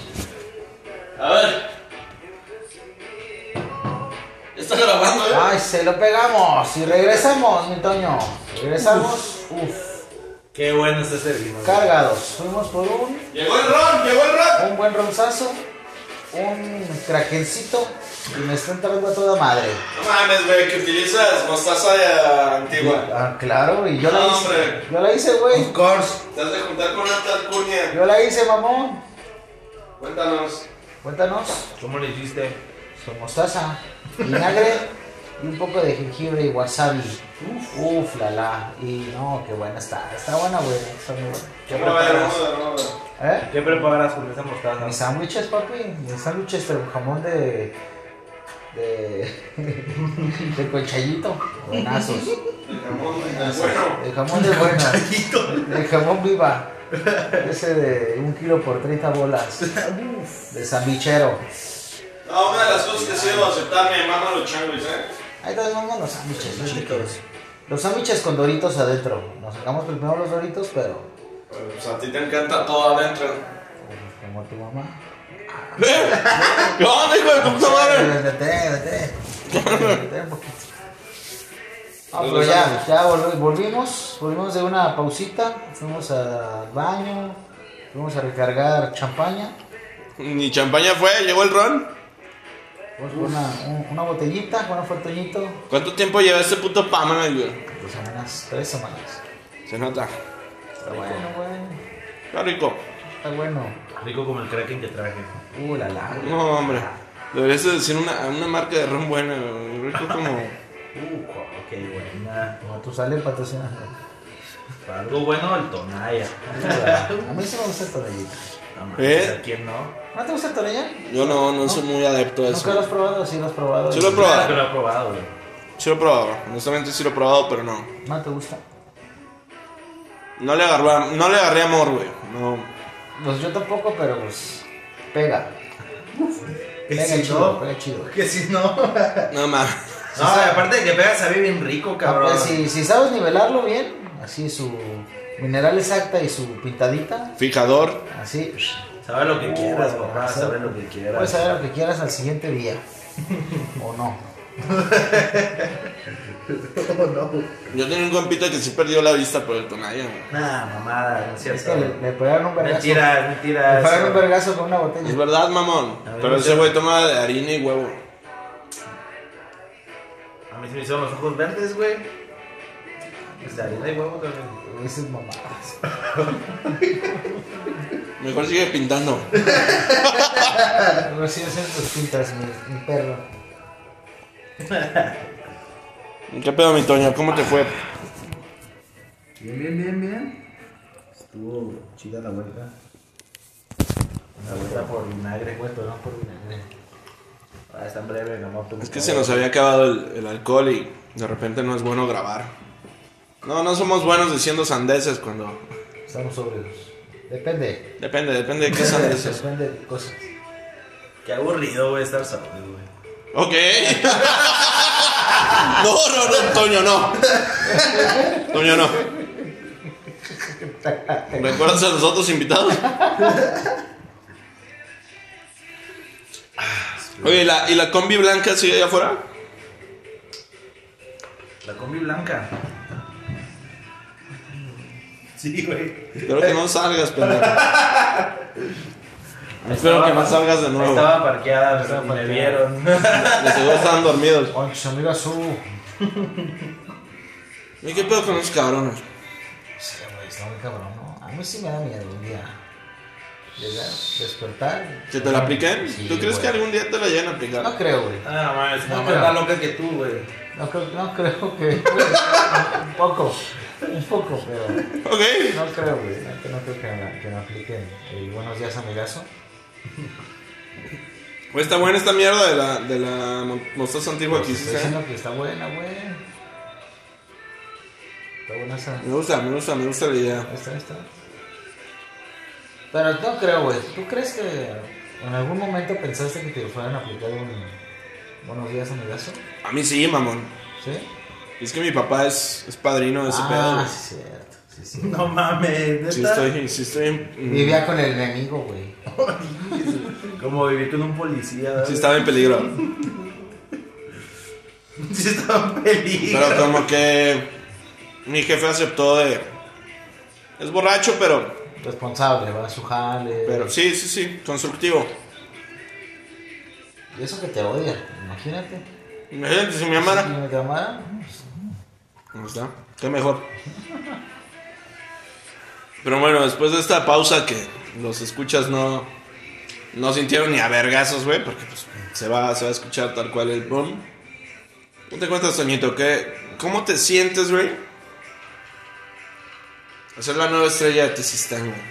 A ver. Está grabando, ¿eh? Ay, se lo pegamos y regresamos, mi Toño. Regresamos, uff, Qué bueno está ese vino, güey. cargados. Fuimos por un, Llegó el ron, llegó el ron. un buen ronzazo, un krakencito y me está entrando a toda madre. No mames, güey, que utilizas mostaza ya antigua. Ah, claro, y yo la No, hice. hombre. Yo la hice, güey. Of course. Te has de juntar con una tal cuña. Yo la hice, mamón. Cuéntanos. Cuéntanos. ¿Cómo le hiciste? Su mostaza, vinagre y un poco de jengibre y wasabi. Uf, uf, la la. Y no, qué buena está. Está buena, güey. Está muy buena. ¿Qué Vamos a ver, preparas? vamos a ver, vamos a ver. ¿Eh? ¿Qué preparas con esa mostaza? Mis sándwiches, papi. Mis sándwiches de jamón de. de. de conchayito. Buenazos. El jamón, el Buenazos. bueno. El jamón de bueno. El jamón viva. Ese de un kilo por treinta bolas. Uf, de sandwichero. No, una de las cosas que sí debo aceptar, me maman los changuis, ¿eh? Ahí también vamos los sándwiches, los chicos. Los sándwiches con doritos adentro. Nos sacamos primero los doritos, pero. Pues a ti te encanta todo adentro. Como tu mamá. ¿Qué onda, hijo de tu puta madre? Vete, vete. Vete un poquito. No, pero ya, ya volv- volvimos. Volvimos de una pausita. Fuimos al baño. Fuimos a recargar champaña. Ni champaña fue, llegó el ron. Fuimos por una, un- una botellita. Bueno, fue Toñito. ¿Cuánto tiempo lleva este puto Pamela, güey? Dos semanas, tres semanas. Se nota. Está bueno, güey. Está rico. Está bueno. Rico como el kraken que traje. Uh, la la. No, hombre. Deberías de decir una, una marca de ron buena, güey. Rico como. Uh, qué buena. Como tú sales patrocinando. Para algo bueno, el Tonaya. A mí sí me gusta el tonallita. No mames, ¿Eh? ¿a quién no? ¿No te gusta el tonalla? Yo no, no soy muy adepto a ¿Nunca lo eso. has probado? Sí lo has probado. Sí lo he probado. Claro que lo he probado, güey. Sí lo he probado. Honestamente sí lo he probado, pero no. ¿No te gusta? No le agarré, no le agarré amor, güey. No. Pues yo tampoco, pero pues pega. Que Pega si chido, no, pega chido. que si no. No mames. No, aparte de que pega, sabe bien rico, cabrón. Pues, si, si sabes nivelarlo bien, así su mineral exacta y su pintadita, Fijador. así, Sabe lo que quieras, Uh, papá, sabe- sabe lo que quieras. puedes saber lo que quieras al siguiente día. O no. Yo tenía un compita que sí perdió la vista por el Tonaya, güey. Nah, mamada, no es Es cierto. que le, le pegaron un vergazo. Mentira, mentira. Le pegaron un eso. vergazo con una Es botella. verdad, mamón. A ver, Pero ese yo- güey toma de harina y huevo. A mí se me hicieron los ojos verdes, güey. Pues de harina y huevo también. Esas mamadas. Mejor sigue pintando. Pero sí hacen tus pintas, mi, mi perro. ¿Qué pedo, mi Toño? ¿Cómo te fue? Bien, bien, bien, bien. Estuvo chida la vuelta. La vuelta por vinagre. Vuelto, no por vinagre. Ah, está en breve, la moto. Es que se nos había acabado el, el alcohol y de repente no es bueno grabar. No, no somos buenos diciendo sandeces cuando... Estamos sobrios. Depende. Depende, depende de qué sandeces. Depende de cosas. Qué aburrido, güey, estar sobrio, güey. Ok. No, no, no, Toño, no. Toño, no. ¿Recuerdas a los otros invitados? Oye, ¿y la, ¿y la combi blanca sigue allá afuera? La combi blanca. Sí, güey. Espero que no salgas, pendejo. Espero que no salgas de nuevo. Estaba parqueada, Estaba pero me parqueada. vieron. De seguro estaban dormidos. Oye, se mira su. ¿Y qué pedo con esos cabrones? Sí, güey, está muy cabrón, ¿no? A mí sí me da miedo un día. Llegar, despertar. ¿Que te la apliquen? Sí, ¿Tú crees güey. que algún día te la lleguen a aplicar? No creo, güey. Ah, mames, No, mamá pero- está loca que tú, güey. No creo, no creo que. Un poco. Un poco, pero. Ok. No creo, güey. No, no creo que me, que me apliquen el buenos días, amigazo. Pues está buena esta mierda de la, de la mo- mostaza antigua que Estoy hiciste. diciendo que está buena, güey. Está buena esa. Me gusta, me gusta, me gusta la idea. Ahí está, ahí está. Pero no creo, güey. ¿Tú crees que en algún momento pensaste que te fueran a aplicar un buenos días, amigazo? A mí sí, mamón. ¿Sí? Es que mi papá es, es padrino de ese pedo. Ah, güey. sí, cierto. Sí, sí. No mames, ¿neta? Sí estoy, sí estoy en... Vivía con el enemigo, güey. Como vivir con un policía. Sí estaba en peligro. Sí estaba en peligro. Pero como que mi jefe aceptó de... Es borracho, pero... Responsable, va a su jale. Pero sí, sí, sí, constructivo. Y eso que te odia, imagínate. Imagínate si me amara. Si me te amara, ¿Cómo está? Qué mejor. Pero bueno, después de esta pausa que los escuchas no... No sintieron ni a vergazos, güey, porque pues se va, se va a escuchar tal cual el boom. ¿Cómo te cuentas, Toñito? ¿Qué, ¿Cómo te sientes, güey? Hacer la nueva estrella de Tezistán, güey.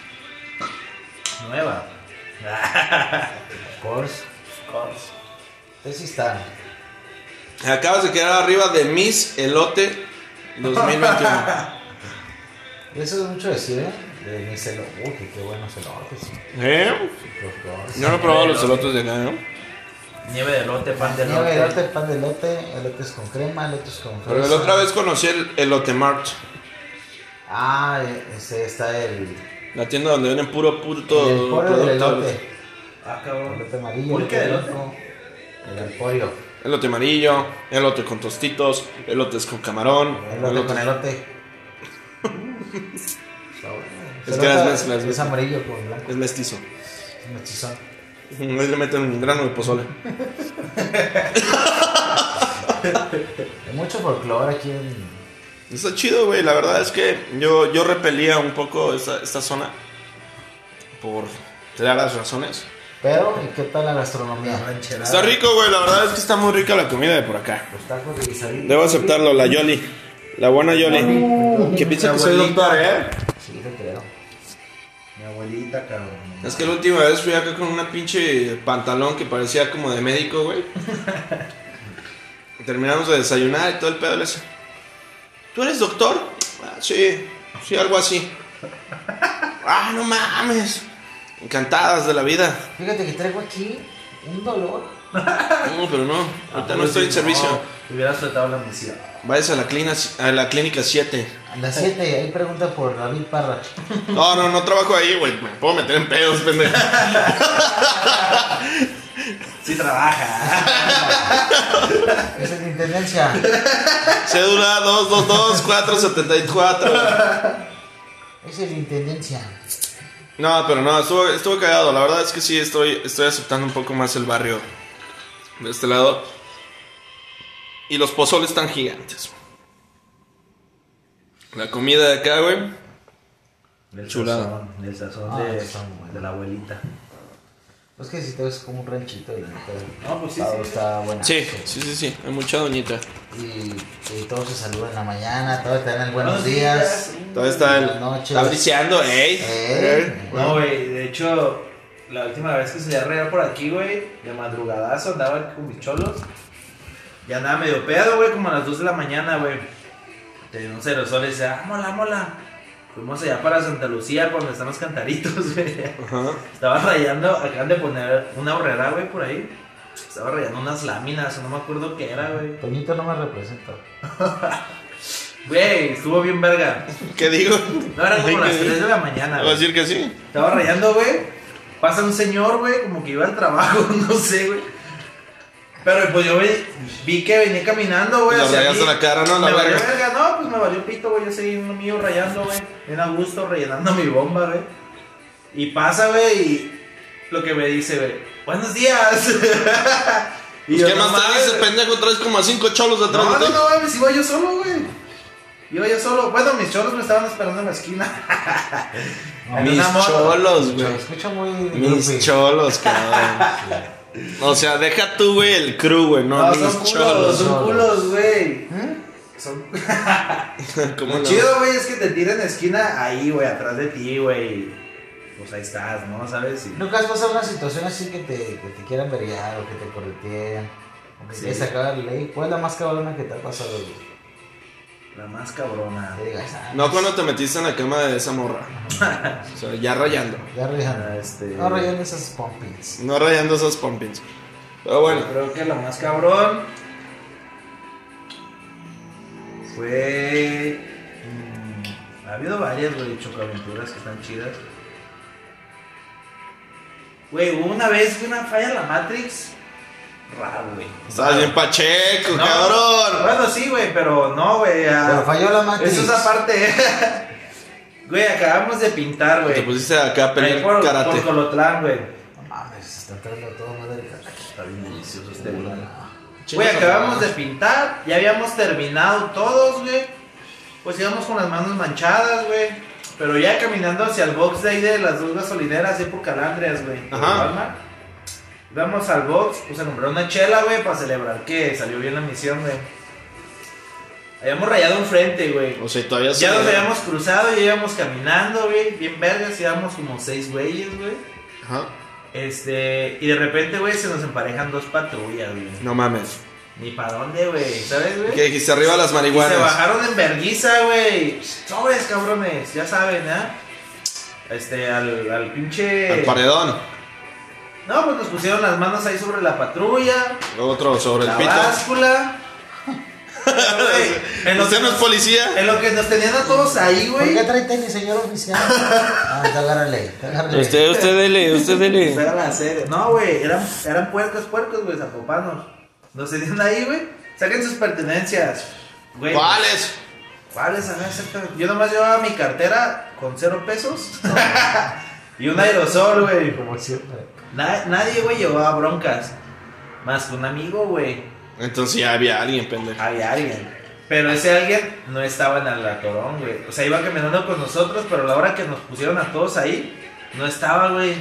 Nueva. of course. Of course. Entonces sí está. Acabas de quedar arriba de Miss Elote dos mil veintiuno. Eso es mucho decir, ¿eh? De mis elotes. Uy, qué, qué buenos elotes. ¿Eh? Of course. Yo no he probado los elotes de acá, ¿no? Nieve de elote, pan de Nieve de elote. elote, pan de elote, elotes con crema, elotes con fresa. Pero la otra vez conocí el Elote Mart. Ah, ese está el... La tienda donde venden puro puto el emporio del producto. elote. Ah, cabrón. Elote amarillo, ¿Por qué de elote? blanco, el emporio. Elote amarillo, elote con tostitos, elotes con camarón. Elote elote- con elote. Está bueno. Es El que las elote mezclas, Es güey. amarillo con blanco. Es mestizo. Es mestizón. Ahí le meten un grano de pozole. Hay mucho folclore aquí en... Está chido, güey. La verdad es que yo, yo repelía un poco esta, esta zona. Por claras razones. Pero, ¿y qué tal la gastronomía? Rancherada. Está rico, güey. La verdad es que está muy rica la comida de por acá. Los tacos de guisadito. Debo aceptarlo, la Yoli. La buena Yoli. Uh, Que piensa mi que soy abuelita. doctor, ¿eh? Sí, te creo. Mi abuelita, cabrón. Es que la última vez fui acá con una pinche pantalón que parecía como de médico, güey. Terminamos de desayunar y todo el pedo le dice: ¿tú eres doctor? Ah, sí, sí, algo así. Ah, no mames. Encantadas de la vida. Fíjate que traigo aquí un dolor. No, pero no, ahorita no estoy en servicio. Te hubieras tratado la misión. Vayas a la clínica, a la clínica siete. A las siete, ahí pregunta por David Parra. No, no, no trabajo ahí, güey. Me puedo meter en pedos, pendejo. Sí trabaja. Esa es la intendencia. Cédula dos dos dos cuatro siete cuatro. Esa es la intendencia. No, pero no, estuvo, estuvo cagado. La verdad es que sí, estoy, estoy aceptando un poco más el barrio de este lado. Y los pozoles están gigantes. La comida de acá, güey. Del Chulada. sazón, del sazón Ah, de, está muy bueno. de la abuelita. Pues que si te ves como un ranchito y todo. No, pues sí, todo sí. está bueno. Sí, sí, sí, sí. Hay mucha doñita. Y, y todos se saludan en la mañana, todos te dan el buenos Buenos días. días. Todavía está el. Buenas noches. Está briseando, ey. Eh, No, güey, de hecho, la última vez que salí a regar por aquí, güey, de madrugadazo andaba con mis cholos. Ya andaba medio pedo, güey, como a las dos de la mañana, güey. Tenía un aerosol y decía, ah, mola, mola. Fuimos allá para Santa Lucía, por donde están los cantaritos, güey. Ajá. Estaba rayando, acaban de poner una horrera, güey, por ahí. Estaba rayando unas láminas, no me acuerdo qué era, güey. Toñito no me representa. Güey, estuvo bien verga. ¿Qué digo? No, eran como ¿Qué las digo? tres de la mañana, Voy a güey. decir que sí. Estaba rayando, güey. Pasa un señor, güey, como que iba al trabajo, no sé, güey. Pero pues yo güey, vi que venía caminando, güey. Le hacia rayaste mí. la cara, ¿no? La Me valió verga. verga, no, pues me valió pito, güey. Yo seguí en lo mío rayando, güey. Bien a gusto, rellenando mi bomba, güey. Y pasa, güey, y lo que me dice, güey, buenos días. Y Pues, yo, ¿qué no más te mames. dice, pendejo? Traes como a cinco cholos detrás No, de no, ti. no, güey, pues iba yo solo, güey. Iba yo solo. Bueno, mis cholos me estaban esperando en la esquina. En Mis una moto. cholos, Se güey. escucha muy. Mis groupie. cholos, cabrón. O sea, deja tú, güey, el crew, güey, no, No, mis son culos, cholos. son culos, güey. ¿Eh? Son... ¿Cómo Lo no? chido, güey, es que te tiran esquina ahí, güey, atrás de ti, güey. Pues ahí estás, ¿no? ¿Sabes? Y... ¿Nunca has pasado una situación así que te, que te quieran verguear o que te correteen? O que Sí. quieres sacar la ley. ¿Cuál es la más cabrona que te ha pasado, güey? La más cabrona. Que digas, ah, No cuando te metiste en la cama de esa morra. O sea, ya rayando. ya rayando. Ah, este... No rayando esas pompis. No rayando esos pompins. Pero bueno, Yo creo que la más cabrón fue... mm, ha habido varias, güey, chocaventuras que están chidas. Güey, hubo una vez que una falla en la Matrix. Raro, güey. estabas bien pacheco, No, cabrón. Bueno, sí, güey, pero no, güey. ah, Pero falló la Matrix. Eso es aparte. Güey, acabamos de pintar, Te güey. pusiste acá a Ahí pelear por, karate. por Colotlán, güey. No mames, se está entrando a toda madre. Está bien delicioso este güey. Güey, Chingas a acabamos madre. de pintar, ya habíamos terminado todos, güey. Pues íbamos con las manos manchadas, güey. Pero ya caminando hacia el box de ahí de las dos gasolineras, ahí por Calandrias, güey. por Ajá. Walmart. Íbamos al box, pues a comprar una chela, güey, para celebrar que salió bien la misión, güey. Habíamos rayado un frente, güey. O sea, todavía Ya se- nos habíamos cruzado, ya íbamos caminando, güey. Bien vergas, íbamos como seis güeyes, güey. Ajá. Este, y de repente, güey, se nos emparejan dos patrullas, güey. No mames. Ni para dónde, güey, ¿sabes, güey? ¿Qué dijiste? Arriba las Y se marihuanas. bajaron en verguiza, güey. Sobres, cabrones, ya saben, ¿eh? Este, al, al pinche... Al paredón. No, pues nos pusieron las manos ahí sobre la patrulla, Otro sobre el la pito. báscula. Pero, güey, en lo ¿Usted que no es nos- policía? En lo que nos tenían a todos ahí, ¿Por güey. qué trae tenis, señor oficial? Ah, te agárrale, te agárrale. Usted, usted dele, usted dele. Era la serie. No, güey, eran, eran puercos, puercos, güey, zapopanos. Nos tenían ahí, güey. Saquen sus pertenencias. Güey. ¿Cuáles? ¿Cuáles? Ajá, exactamente. Yo nomás llevaba mi cartera con cero pesos. Y un aerosol, güey. Como siempre. Na- nadie, güey, llevaba broncas. Más que un amigo, güey. Entonces ya había alguien, pendejo. Había alguien. Pero ese alguien no estaba en el atorón, güey. O sea, iba caminando con nosotros, pero a la hora que nos pusieron a todos ahí, no estaba, güey.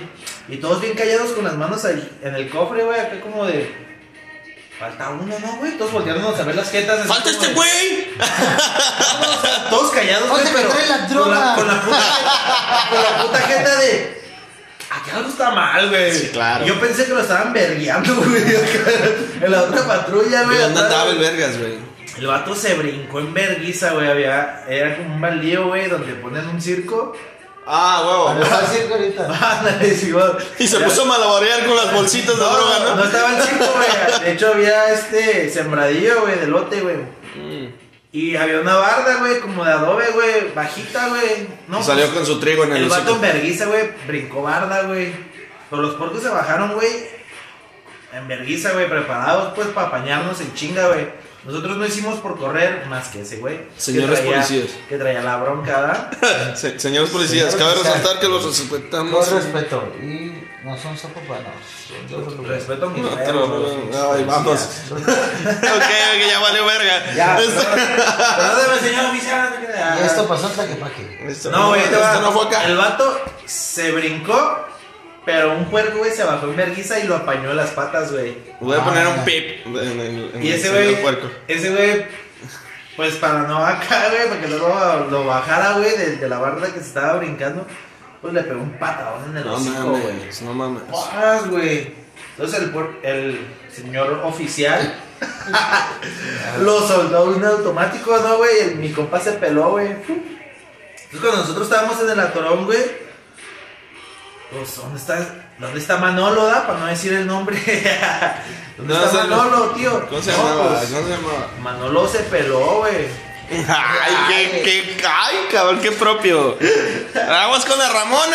Y todos bien callados con las manos ahí en el cofre, güey, acá como de... Falta uno, ¿no, güey? Todos volteándonos a ver las jetas. así ¡Falta como este de- güey! No, o sea, todos callados, güey, Falta que pero trae la con droga. la, con la puta con la puta jeta de... Aquí algo está mal, güey. Sí, claro. Y yo pensé que lo estaban vergueando, güey, en la otra patrulla, güey. ¿De dónde atrás, andaba el güey. vergas, güey? El vato se brincó en verguiza, güey. Había, era como un baldío, güey, donde ponen un circo. Ah, Cuando huevo. está el circo ahorita. Ándale, sí, güey. Y se Ya- puso a malabarear con las bolsitas de no, droga, no, ¿no? no estaba el circo, güey. De hecho, había este sembradillo, güey, de lote, güey. Mm. Y había una barda, güey, como de adobe, güey, bajita, güey. No, Y salió pues, con su trigo en el el vato hocico. en verguiza, güey, brincó barda, güey. Pero los porcos se bajaron, güey, en verguiza, güey, preparados, pues, para apañarnos en chinga, güey. Nosotros no hicimos por correr más que ese, güey. que Señores traía- policías. Que traía la bronca, ¿verdad? Se- señores policías, Señor cabe policía. resaltar que los respetamos. Con respeto. Y no son zapopanos. Son de otro lugar. Respeto a mis No, perros, no, güey. ay, vamos. Son- Ok, ok, ya valió verga. Ya, Esto- perdóname, señor oficial. Y esto pasó en Tlaquepaque. esto- No, güey, te va- esto no fue acá. El vato se brincó, pero un puerco, güey, se bajó en verguiza y lo apañó en las patas, güey. Voy a poner un Ah. pip en el, en Y el ese señor güey, puerco. ese güey, pues para no acá, güey, para que luego lo bajara, güey, de, de la barra que se estaba brincando, pues le pegó un patadón en el No hocico, güey. mames, no mames. ¡Paz, güey! Entonces el, puer- el señor oficial lo soltó a un automático, ¿no, güey? El- Mi compa se peló, güey. Entonces cuando nosotros estábamos en el atorón, güey, pues, ¿dónde está, ¿dónde está Manolo, da? Para no decir el nombre. ¿Dónde No, está o sea, Manolo, tío? ¿Cómo se No, llamaba? pues, ¿Cómo se llamaba? Manolo se peló, güey. Ay, qué, qué, ay, cabrón, qué propio. Aguas con la Ramona.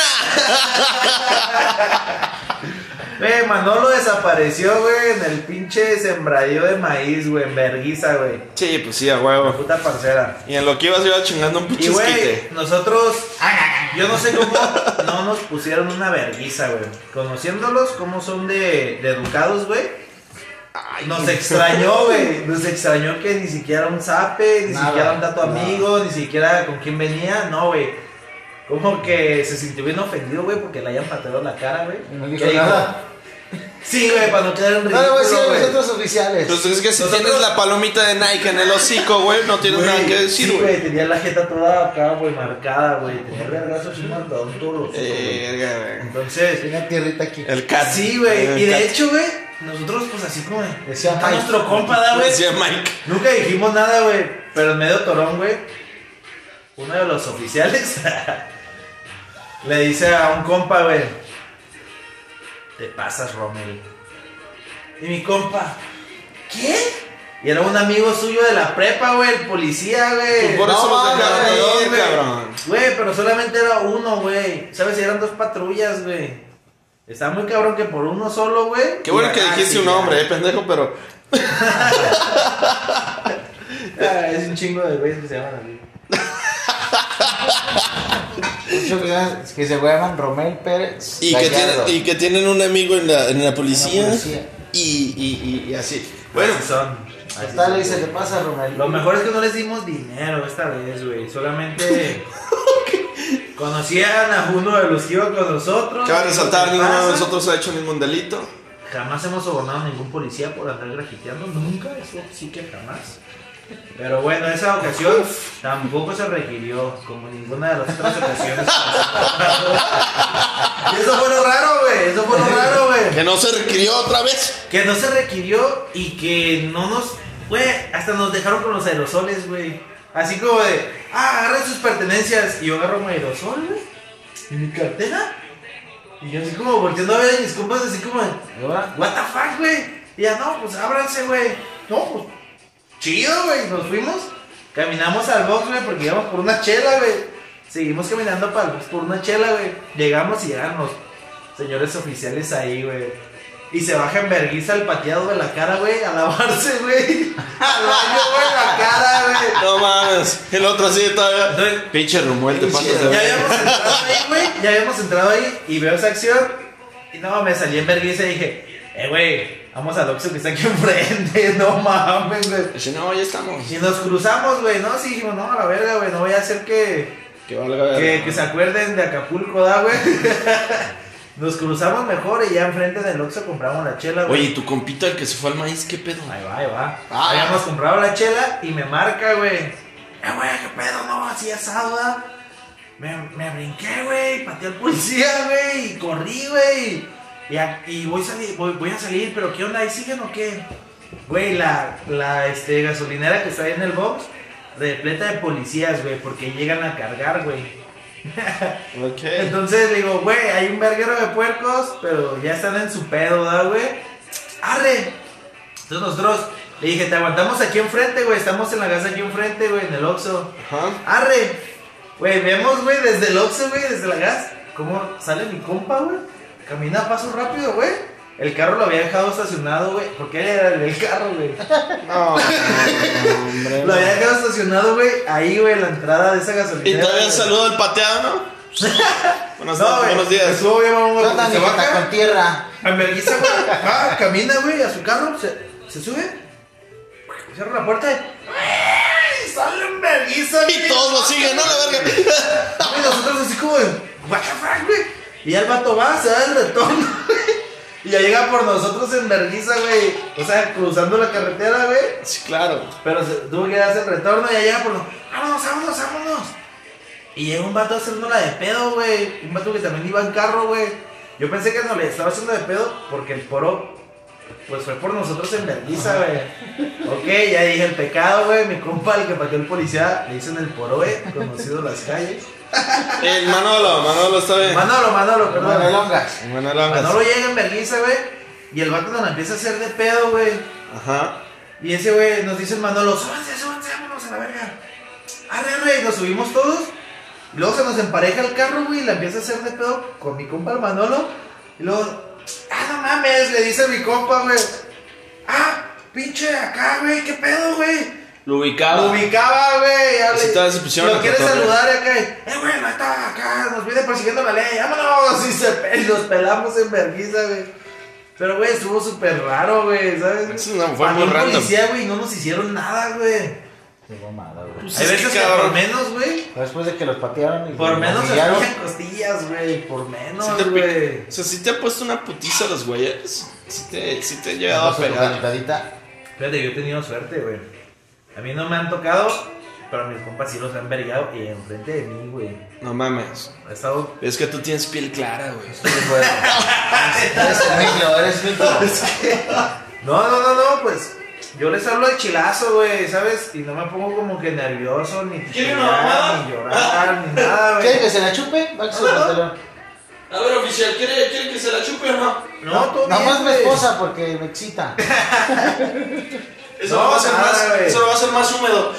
Güey, Manolo desapareció, güey, en el pinche sembradío de maíz, güey, en verguiza, güey. Sí, pues sí, a La huevo. puta parcera. Y en lo que ibas iba chingando un Y, pinche güey, esquite. nosotros, yo no sé cómo no nos pusieron una verguiza, güey. Conociéndolos, cómo son de, de educados, güey. Nos extrañó, güey. Nos extrañó que ni siquiera un zape, ni Nada, siquiera un dato nada. amigo, ni siquiera con quién venía. No, güey. Como que se sintió bien ofendido, güey, porque le hayan pateado la cara, güey. Y no ¿Qué dijo dijo? nada. Sí, güey, para no quedar en No le voy a decir ridículo, a güey. los otros oficiales. Pues es que si Nosotros- tienes la palomita de Nike en el hocico, güey, no tienes Güey, nada que decir, sí, güey. güey, tenía la jeta toda acá, güey, marcada, güey. Tenía el vergazo así marcado en todos los ojos, güey. Eh, verga, güey. Entonces, Tenía tierrita aquí. El cat. sí, güey. El Y de cat. hecho, güey, nosotros, pues así como. Decía Está Mike. nuestro compa, da, güey. Decía Mike. Nunca dijimos nada, güey. Pero en medio torón, güey, uno de los oficiales le dice a un compa, güey: te pasas, Rommel. Y mi compa: ¿qué? Y era un amigo suyo de la prepa, güey, el policía, güey. Por eso No, los dejaron mames, ir, güey. cabrón. Güey, pero solamente era uno, güey. ¿Sabes? Eran dos patrullas, güey. Está muy cabrón que por uno solo, güey. Qué bueno y- que ah, dijiste sí, un ya. nombre, eh, pendejo, pero. Ah, es un chingo de güeyes que se llaman así. Muchos que- que se llaman Romel Pérez. Y que, Gallardo. tienen, y que tienen un amigo en la, en la policía. En la policía. Y, y, y, y así. Bueno, Así son. Así Tal son. y se te pasa, Romel. Lo mejor es que no les dimos dinero esta vez, güey. Solamente conocían a uno de los que iba con nosotros. cabe resaltar, ¿Qué ninguno de pasa? nosotros ha hecho ningún delito. Jamás hemos sobornado a ningún policía por andar grafiteando. Nunca, eso sí que jamás. Pero bueno, esa ocasión tampoco se requirió, como ninguna de las otras ocasiones. Y eso fue lo raro, güey. Eso fue lo raro, güey. Que no se requirió otra vez. Que no se requirió y que no nos. Güey, hasta nos dejaron con los aerosoles, güey. Así como de, ah, agarren sus pertenencias. Y yo agarro mi aerosol, güey. ¿Y mi cartera? Y yo así como volteando a ver a mis compas, así como, de, what the fuck, güey. Y ya, no, pues ábranse, güey. No, pues, chido, güey. Nos fuimos, caminamos al box, güey, porque íbamos por una chela, güey. Seguimos caminando para el box por una chela, güey. Llegamos y llegan los señores oficiales ahí, güey. Y se baja en vergüenza el pateado de la cara, güey, a lavarse, güey. Al baño, güey, la cara, güey. No mames. El otro así todavía. Entonces, Pinche Rumuel, te Pinche pasas de ya ver. habíamos entrado ahí, güey. Ya habíamos entrado ahí y veo esa acción. Y no, me salí en vergüenza y dije, eh, güey, vamos al Oxxo que está aquí enfrente. No mames, güey. Dice, no, ya estamos. Y nos cruzamos, güey, ¿no? Sí, dijimos, no, a la verga, güey, no voy a hacer que, Que valga ver. que, que se acuerden de Acapulco, ¿da, güey? Nos cruzamos mejor y ya enfrente del Oxxo compramos la chela, güey. Oye, ¿y tu compita el que se fue al maíz, qué pedo? Ahí va, ahí va. Ah. Habíamos comprado la chela y me marca, güey. Eh, güey, qué pedo, no, así asado, ¿verdad? Me, me brinqué, güey, pateé al policía, güey, y corrí, güey. Y, a- y voy, sali- voy, voy a salir, pero ¿qué onda? ¿Ahí siguen o qué? Güey, la, la este, gasolinera que está ahí en el box, repleta de policías, güey, porque llegan a cargar, güey. Ok. Entonces le digo, güey, hay un verguero de puercos, pero ya están en su pedo, ¿verdad, güey? ¡Arre! Entonces nosotros le dije, te aguantamos aquí enfrente, güey, estamos en la casa aquí enfrente, güey, en el Oxxo. Ajá. ¡Arre! Güey, vemos, güey, desde el Oxxo, güey, desde la gas, cómo sale mi compa, güey. Camina a paso rápido, güey. El carro lo había dejado estacionado, güey, porque él era el del carro, güey. No, no, hombre. Lo había dejado estacionado, güey, ahí, güey, en la entrada de esa gasolinera. Y todavía güey. saludo al pateado, ¿no? Buenos, No, güey, buenos días. estuvo bien, mamón, ¿Qué güey, onda, porque se mijita, baja. con tierra? En vergüenza, güey. Ah, camina, güey, a su carro, se, se sube, cierra la puerta y ¡ay! Sale en vergüenza, güey. Y todos lo siguen, ¿no? La verga. Y nosotros así como de, what the fuck, güey. Y ya el vato va, se da el retorno, güey. Y ya llega por nosotros en vergüenza, güey. O sea, cruzando la carretera, güey. Sí, claro. Pero se, tuvo que darse el retorno y ya llega por nosotros. Vámonos, vámonos, vámonos. Y llega un vato haciéndola de pedo, güey. Un vato que también iba en carro, güey. Yo pensé que no le estaba haciendo de pedo porque el poro, pues fue por nosotros en vergüenza, güey. Ok, ya dije el pecado, güey. Mi compa, el que pateó el policía, le dicen el poro, güey. Conocido en las calles. El Manolo, Manolo está bien. Manolo, Manolo, perdón. Manuel Longas. Manolo Angas. Manolo llega en vergüenza, güey. Y el vato nos empieza a hacer de pedo, güey. Ajá. Y ese güey nos dice el Manolo, súbanse, súbanse, vámonos a la verga. Arre, arre, y nos subimos todos. Y luego se nos empareja el carro, güey, y la empieza a hacer de pedo con mi compa el Manolo. Y luego, ah, no mames, le dice a mi compa, güey. Ah, pinche acá, güey, qué pedo, güey. Lo ubicaba. Lo ubicaba, güey. ya Así le- todas se pusieron Lo a quiere cotorrear. saludar y acá. Eh, güey, no está acá. Nos viene persiguiendo la ley. Vámonos. Y se pe- nos pelamos en vergüenza, güey. Pero, güey, estuvo súper raro, güey, ¿sabes? Eso no, fue Pasó muy un random. policía, güey, y no nos hicieron nada, güey. Qué mamada, güey. Pues Hay es veces que, que cabrón. por menos, güey. Después de que los patearon y Por los menos se humillaron, hacían costillas, güey. Por menos, Sí te pica- güey. O sea, si te ha puesto una putiza a los güeyes. Sí te, sí te he llegado a pasó tu pegar. calentadita. Fíjate, yo he tenido suerte, güey. A mí no me han tocado, pero a mis compas sí los han vergado y enfrente de mí, güey. No mames. Ha estado. Es que tú tienes piel clara, güey. Muy bueno. Eres Emilio, eres Emilio. No, no, no, no, pues. Yo les hablo de chilazo, güey, ¿sabes? Y no me pongo como que nervioso, ni ¿Quiere titubear, una mamada? ni llorar, ni nada, ¿Quiere güey. que se la chupe? Va que se la pantalón. A ver, oficial, ¿quiere, ¿quiere que se la chupe o no? No, todo Nada bien, más mi güey. esposa porque me excita. Eso No, lo va a hacer nada, más, güey. eso lo va a hacer más húmedo.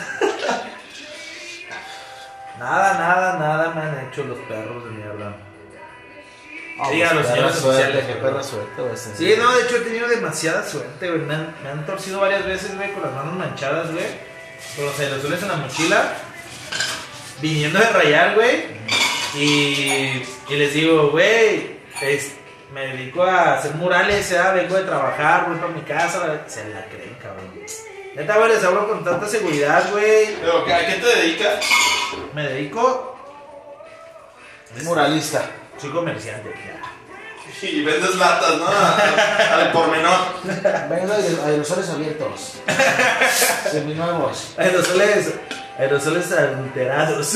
Nada, nada, nada me han hecho los perros de mierda. Oh, Dígalo, pues, señores perra suerte, oficiales, qué güey. perra suerte, güey. Sí, no, de hecho he tenido demasiada suerte, güey. Me han, me han torcido varias veces, güey, con las manos manchadas, güey. Con los aerosoles en la mochila. Viniendo de rayar, güey. Y, y les digo, güey, es- me dedico a hacer murales, ya vengo de trabajar, voy para mi casa. Se la creen, cabrón. Neta, güey, les hablo con tanta seguridad, güey. Pero, ¿a qué te dedicas? Me dedico. Muralista. Soy comerciante, ya. Y vendes latas, ¿no? Al pormenor. Venga, aerosoles abiertos. Seminuevos. Aerosoles, aerosoles adulterados.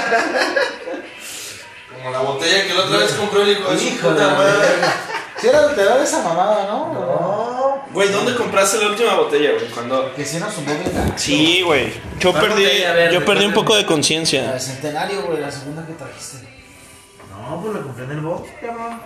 Como la botella que la otra vez compró el hijo de su Hijo de puta la madre. verga. Si era adulterada esa mamada, ¿no? No. Güey, ¿dónde compraste la última botella, güey? Cuando... Que si nos sumó bien gacho. Sí, güey. Yo ¿Cuál perdí, botella verde? yo perdí un ¿Cuál poco de La conciencia. del centenario, güey, la segunda que trajiste. No, pues lo compré en el box, cabrón.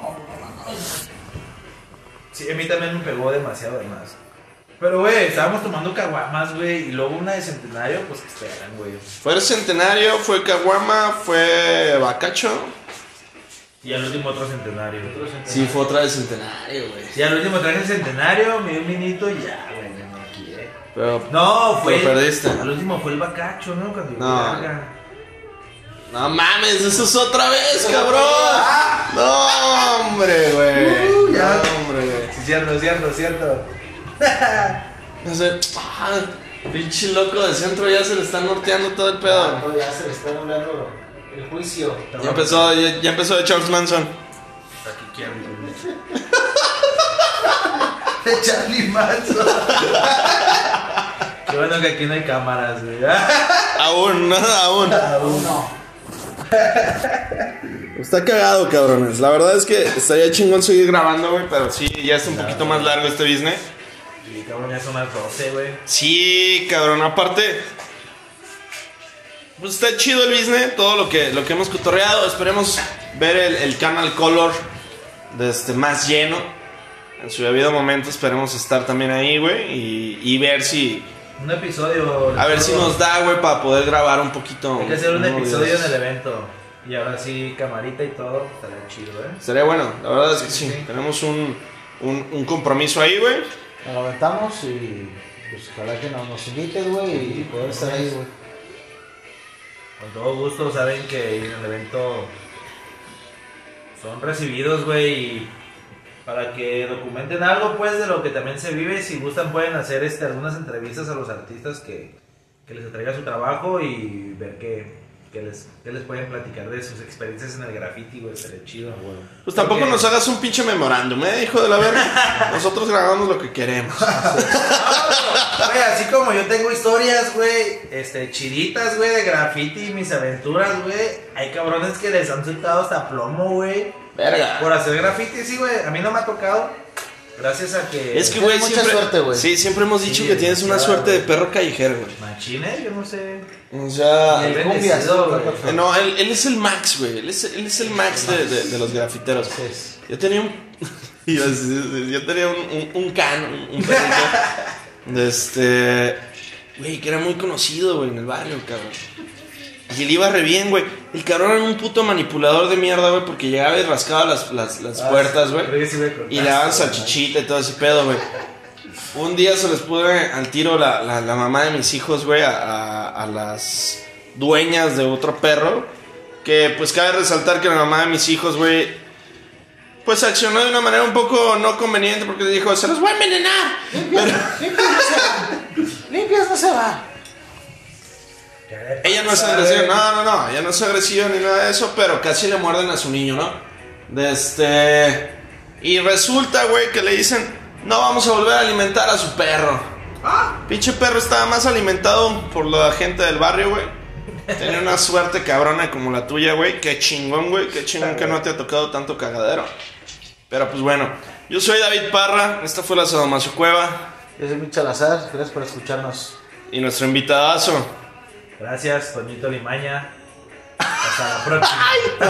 Sí, a mí también me pegó demasiado de más. Pero, güey, estábamos tomando caguamas, güey. Y luego una de centenario, pues que esperan, güey. Fue el centenario, fue caguama, fue bacacho. Y al último otro centenario. Sí, fue otra de centenario, güey. Y al último traje el centenario, me dio un minito y ya, güey, me maquillé. Pero, No, fue. Lo perdiste. Al último fue el bacacho, ¿no? Cuando llegó No. larga. no mames, eso es otra vez, cabrón. No, hombre, güey. Uh, ya. No, hombre, güey. Sí, cierto, cierto, cierto. No sé, ah, pinche loco de centro ya se le está norteando todo el pedo. No, ya se le está anulando el juicio. Ya empezó, ya, ya empezó de Charles Manson. aquí quiero. De Charlie Manson. Qué bueno que aquí no hay cámaras, güey. Aún, nada, aún. Aún no. Está cagado, cabrones. La verdad es que estaría chingón seguir grabando, güey. Pero sí, ya está un poquito más largo este business. Y cabrón, ya son las doce, güey. Sí, cabrón. Aparte, pues está chido el business. Todo lo que, lo que hemos cotorreado. Esperemos ver el, el Canal Color de este, más lleno. En su debido momento esperemos estar también ahí, güey. Y, y ver si... Un episodio. A ver si nos da, güey, para poder grabar un poquito. Hay que hacer un unos episodio videos. en el evento. Y ahora sí, camarita y todo. Estaría chido, ¿eh? Estaría bueno, la verdad es que sí. Sí. Tenemos un, un, un compromiso ahí, güey. Nos lo aventamos y pues ojalá que nos, nos invites, güey, y poder estar ahí, güey. Con todo gusto, saben que en el evento son recibidos, güey, y para que documenten algo, pues, de lo que también se vive. Si gustan, pueden hacer este, algunas entrevistas a los artistas que, que les entrega su trabajo y ver qué, qué, les, qué les pueden platicar de sus experiencias en el graffiti, güey. Sería chido, güey. Pues tampoco Porque- nos hagas un pinche memorándum, ¿eh, hijo de la verga? Nosotros grabamos lo que queremos. Güey, así como yo tengo historias, güey, este, chiditas, güey, de graffiti y mis aventuras, güey. Hay cabrones que les han soltado hasta plomo, güey, Verga. por hacer graffiti, sí, güey. A mí no me ha tocado. Gracias a que... Es que, Tienes güey, mucha siempre... suerte, güey. Sí, siempre hemos dicho Sí, que tienes una claro, suerte de güey. perro callejero, güey. Machine, yo no sé. O sea... El Cumbias, bendecido, ¿no? güey. eh, No, él, él es el Max, güey. Él es, él es el Max de, de, de los grafiteros. Así es. Yo tenía un... Iba a decir, yo tenía un, un, un can, un, un perrito. De este... Güey, que era muy conocido, güey, en el barrio, cabrón. Y él iba re bien, güey. El cabrón era un puto manipulador de mierda, güey, porque llegaba y rascaba las, las, las puertas, güey. Creo que sí me contaste, Y le daban güey. salchichita y todo ese pedo, güey. Un día se les pude al tiro la, la, la mamá de mis hijos, güey, a, a, a las dueñas de otro perro. Que pues cabe resaltar que la mamá de mis hijos, güey, pues accionó de una manera un poco no conveniente porque le dijo, se los voy a envenenar. Limpias, limpias no se va. Limpias no se va. ¿Qué le Ella no es pasa, agresiva, güey? no, no, no, ella no es agresiva ni nada de eso, pero casi le muerden a su niño, ¿no? De este... Y resulta, güey, que le dicen, no vamos a volver a alimentar a su perro. Ah, Pinche perro estaba más alimentado por la gente del barrio, güey. Tenía una suerte cabrona como la tuya, güey. Qué chingón, güey, qué chingón que no te ha tocado tanto cagadero. Pero pues bueno, yo soy David Parra, esta fue la Sadomaso Cueva Yo soy Mitch Salazar, gracias por escucharnos. y nuestro invitadazo. gracias, Toñito Limaña. Hasta la próxima.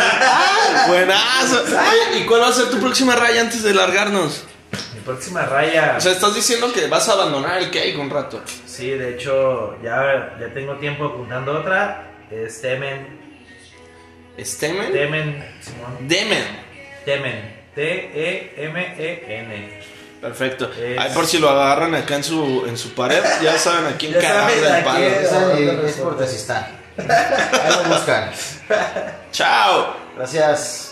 Buenazo. Oye, ¿y cuál va a ser tu próxima raya antes de largarnos? Mi próxima raya. O sea, estás diciendo que vas a abandonar el cake un rato. Sí, de hecho, ya, ya tengo tiempo apuntando otra. Es Temen. ¿Stemen? Temen, Simón. Demen. Temen. T E M E N. Perfecto. Es- Ay, por si lo agarran acá en su, en su pared, ya saben a quién Ya cagarle saben a el palo. quién. Esa es, es por Tesistán. Ahí lo buscan. Chao. Gracias.